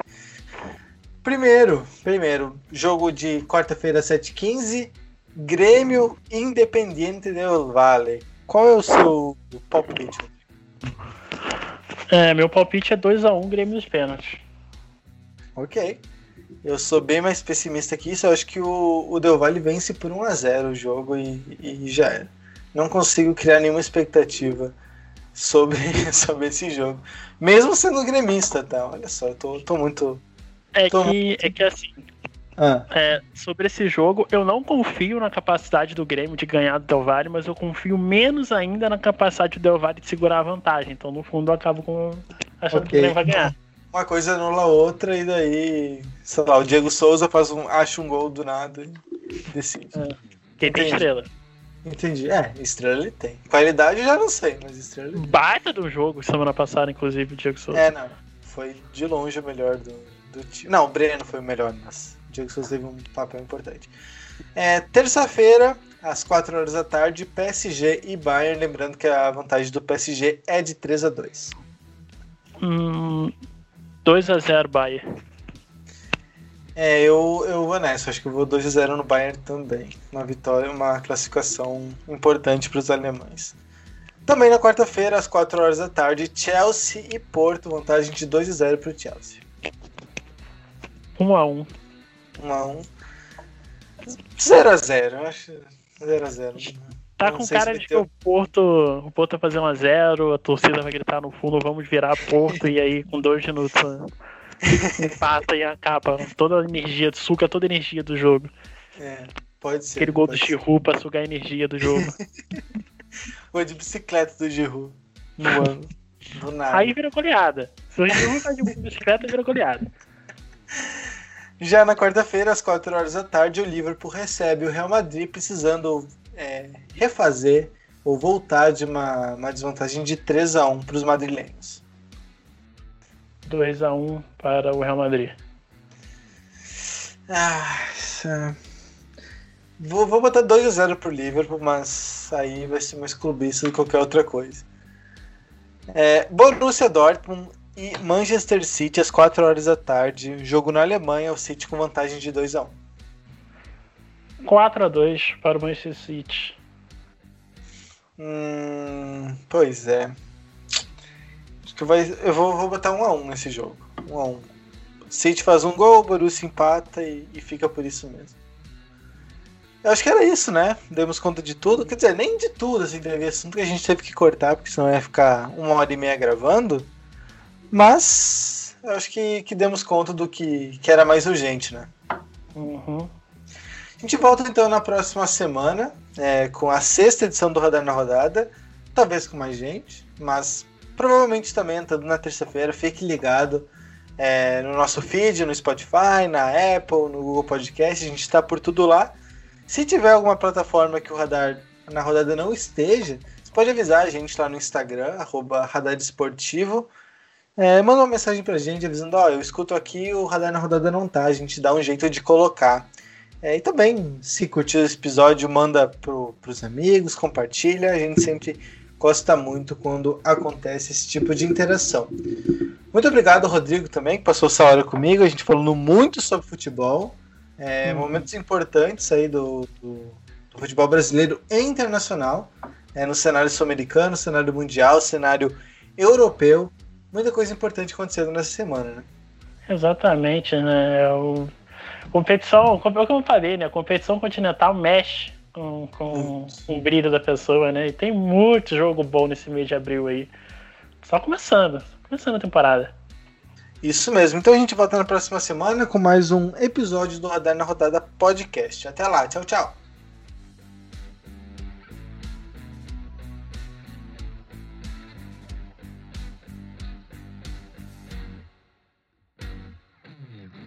Primeiro, primeiro jogo de quarta-feira, sete e quinze, Grêmio Independiente del Valle. Qual é o seu palpite? É, meu palpite é dois a um Grêmio nos pênaltis. Ok. Eu sou bem mais pessimista que isso. Eu acho que o, o Del Valle vence por um a zero o jogo e, e já era. Não consigo criar nenhuma expectativa sobre, sobre esse jogo. Mesmo sendo gremista, tá? Olha só, eu tô, tô muito... É, tô que, muito... é que assim, Ah. É, sobre esse jogo, eu não confio na capacidade do Grêmio de ganhar do Del Valle, mas eu confio menos ainda na capacidade do Del Valle de segurar a vantagem. Então, no fundo, eu acabo com... achando okay. que o Grêmio vai ganhar. Uma coisa anula a outra e daí, sei lá, o Diego Souza faz um, acha um gol do nada e decide. É. Quem tem estrela. Entendi. É, estrela ele tem. Qualidade eu já não sei, mas estrela ele tem. Baita do jogo semana passada, inclusive, o Diego Souza. É, não. Foi de longe o melhor do, do time. Não, o Breno foi o melhor, mas o Diego Souza teve um papel importante. É, terça-feira, às quatro horas da tarde, P S G e Bayern. Lembrando que a vantagem do P S G é de três a dois. Hum, dois a zero Bayern. É, eu, eu vou nessa. Acho que eu vou dois a zero no Bayern também. Uma vitória, uma classificação importante para os alemães. Também na quarta-feira, às quatro horas da tarde, Chelsea e Porto. Vantagem de dois a zero para o Chelsea. um a um. um a um. zero a zero, eu acho. zero a zero. Tá com cara de que o Porto, o Porto vai fazer um a zero, a torcida vai gritar no fundo, vamos virar Porto, e aí com dois minutos empata e acaba toda a energia, suga toda a energia do jogo. É, pode ser. Aquele gol do ser. Giroud pra sugar a energia do jogo. Foi de bicicleta do Giroud no ano. Do nada. Aí vira goleada. Se o Giroud faz de bicicleta, vira goleada. Já na quarta-feira, às quatro horas da tarde, o Liverpool recebe o Real Madrid precisando é, refazer ou voltar de uma, uma desvantagem de três a um para os madrilenhos. dois a um para o Real Madrid. Ah, vou, vou botar dois a zero para o Liverpool, mas aí vai ser mais clubista do que qualquer outra coisa. É, Borussia Dortmund e Manchester City às quatro horas da tarde. Jogo na Alemanha, o City com vantagem de dois a um. quatro a dois para o Manchester City. Hum, pois é. Acho que vai, eu vou, vou botar um a um nesse jogo. um a um. City faz um gol, o Borussia empata e, e fica por isso mesmo. Eu acho que era isso, né? Demos conta de tudo. Quer dizer, nem de tudo, assim, teve assunto que a gente teve que cortar, porque senão ia ficar uma hora e meia gravando. Mas eu acho que, que demos conta do que, que era mais urgente, né? Uhum. A gente volta então na próxima semana é, com a sexta edição do Radar na Rodada, talvez com mais gente, mas provavelmente também entrando na terça-feira. Fique ligado é, no nosso feed, no Spotify, na Apple, no Google Podcast, a gente está por tudo lá. Se tiver alguma plataforma que o Radar na Rodada não esteja, você pode avisar a gente lá no Instagram, arroba Radar Esportivo. É, manda uma mensagem pra gente avisando, ó, oh, eu escuto aqui, o Radar na Rodada não tá, a gente dá um jeito de colocar. É, e também, se curtiu esse episódio, manda pro, pros amigos, compartilha, a gente sempre gosta muito quando acontece esse tipo de interação. Muito obrigado, Rodrigo, também, que passou essa hora comigo, a gente falando muito sobre futebol, é, hum. momentos importantes aí do, do, do futebol brasileiro e internacional, é, no cenário sul-americano, cenário mundial, cenário europeu. Muita coisa importante acontecendo nessa semana, né? Exatamente, né? O... Competição, como eu falei, né? A competição continental mexe com, com, com o brilho da pessoa, né? E tem muito jogo bom nesse mês de abril aí. Só começando, começando a temporada. Isso mesmo. Então a gente volta na próxima semana com mais um episódio do Radar na Rodada Podcast. Até lá, tchau, tchau.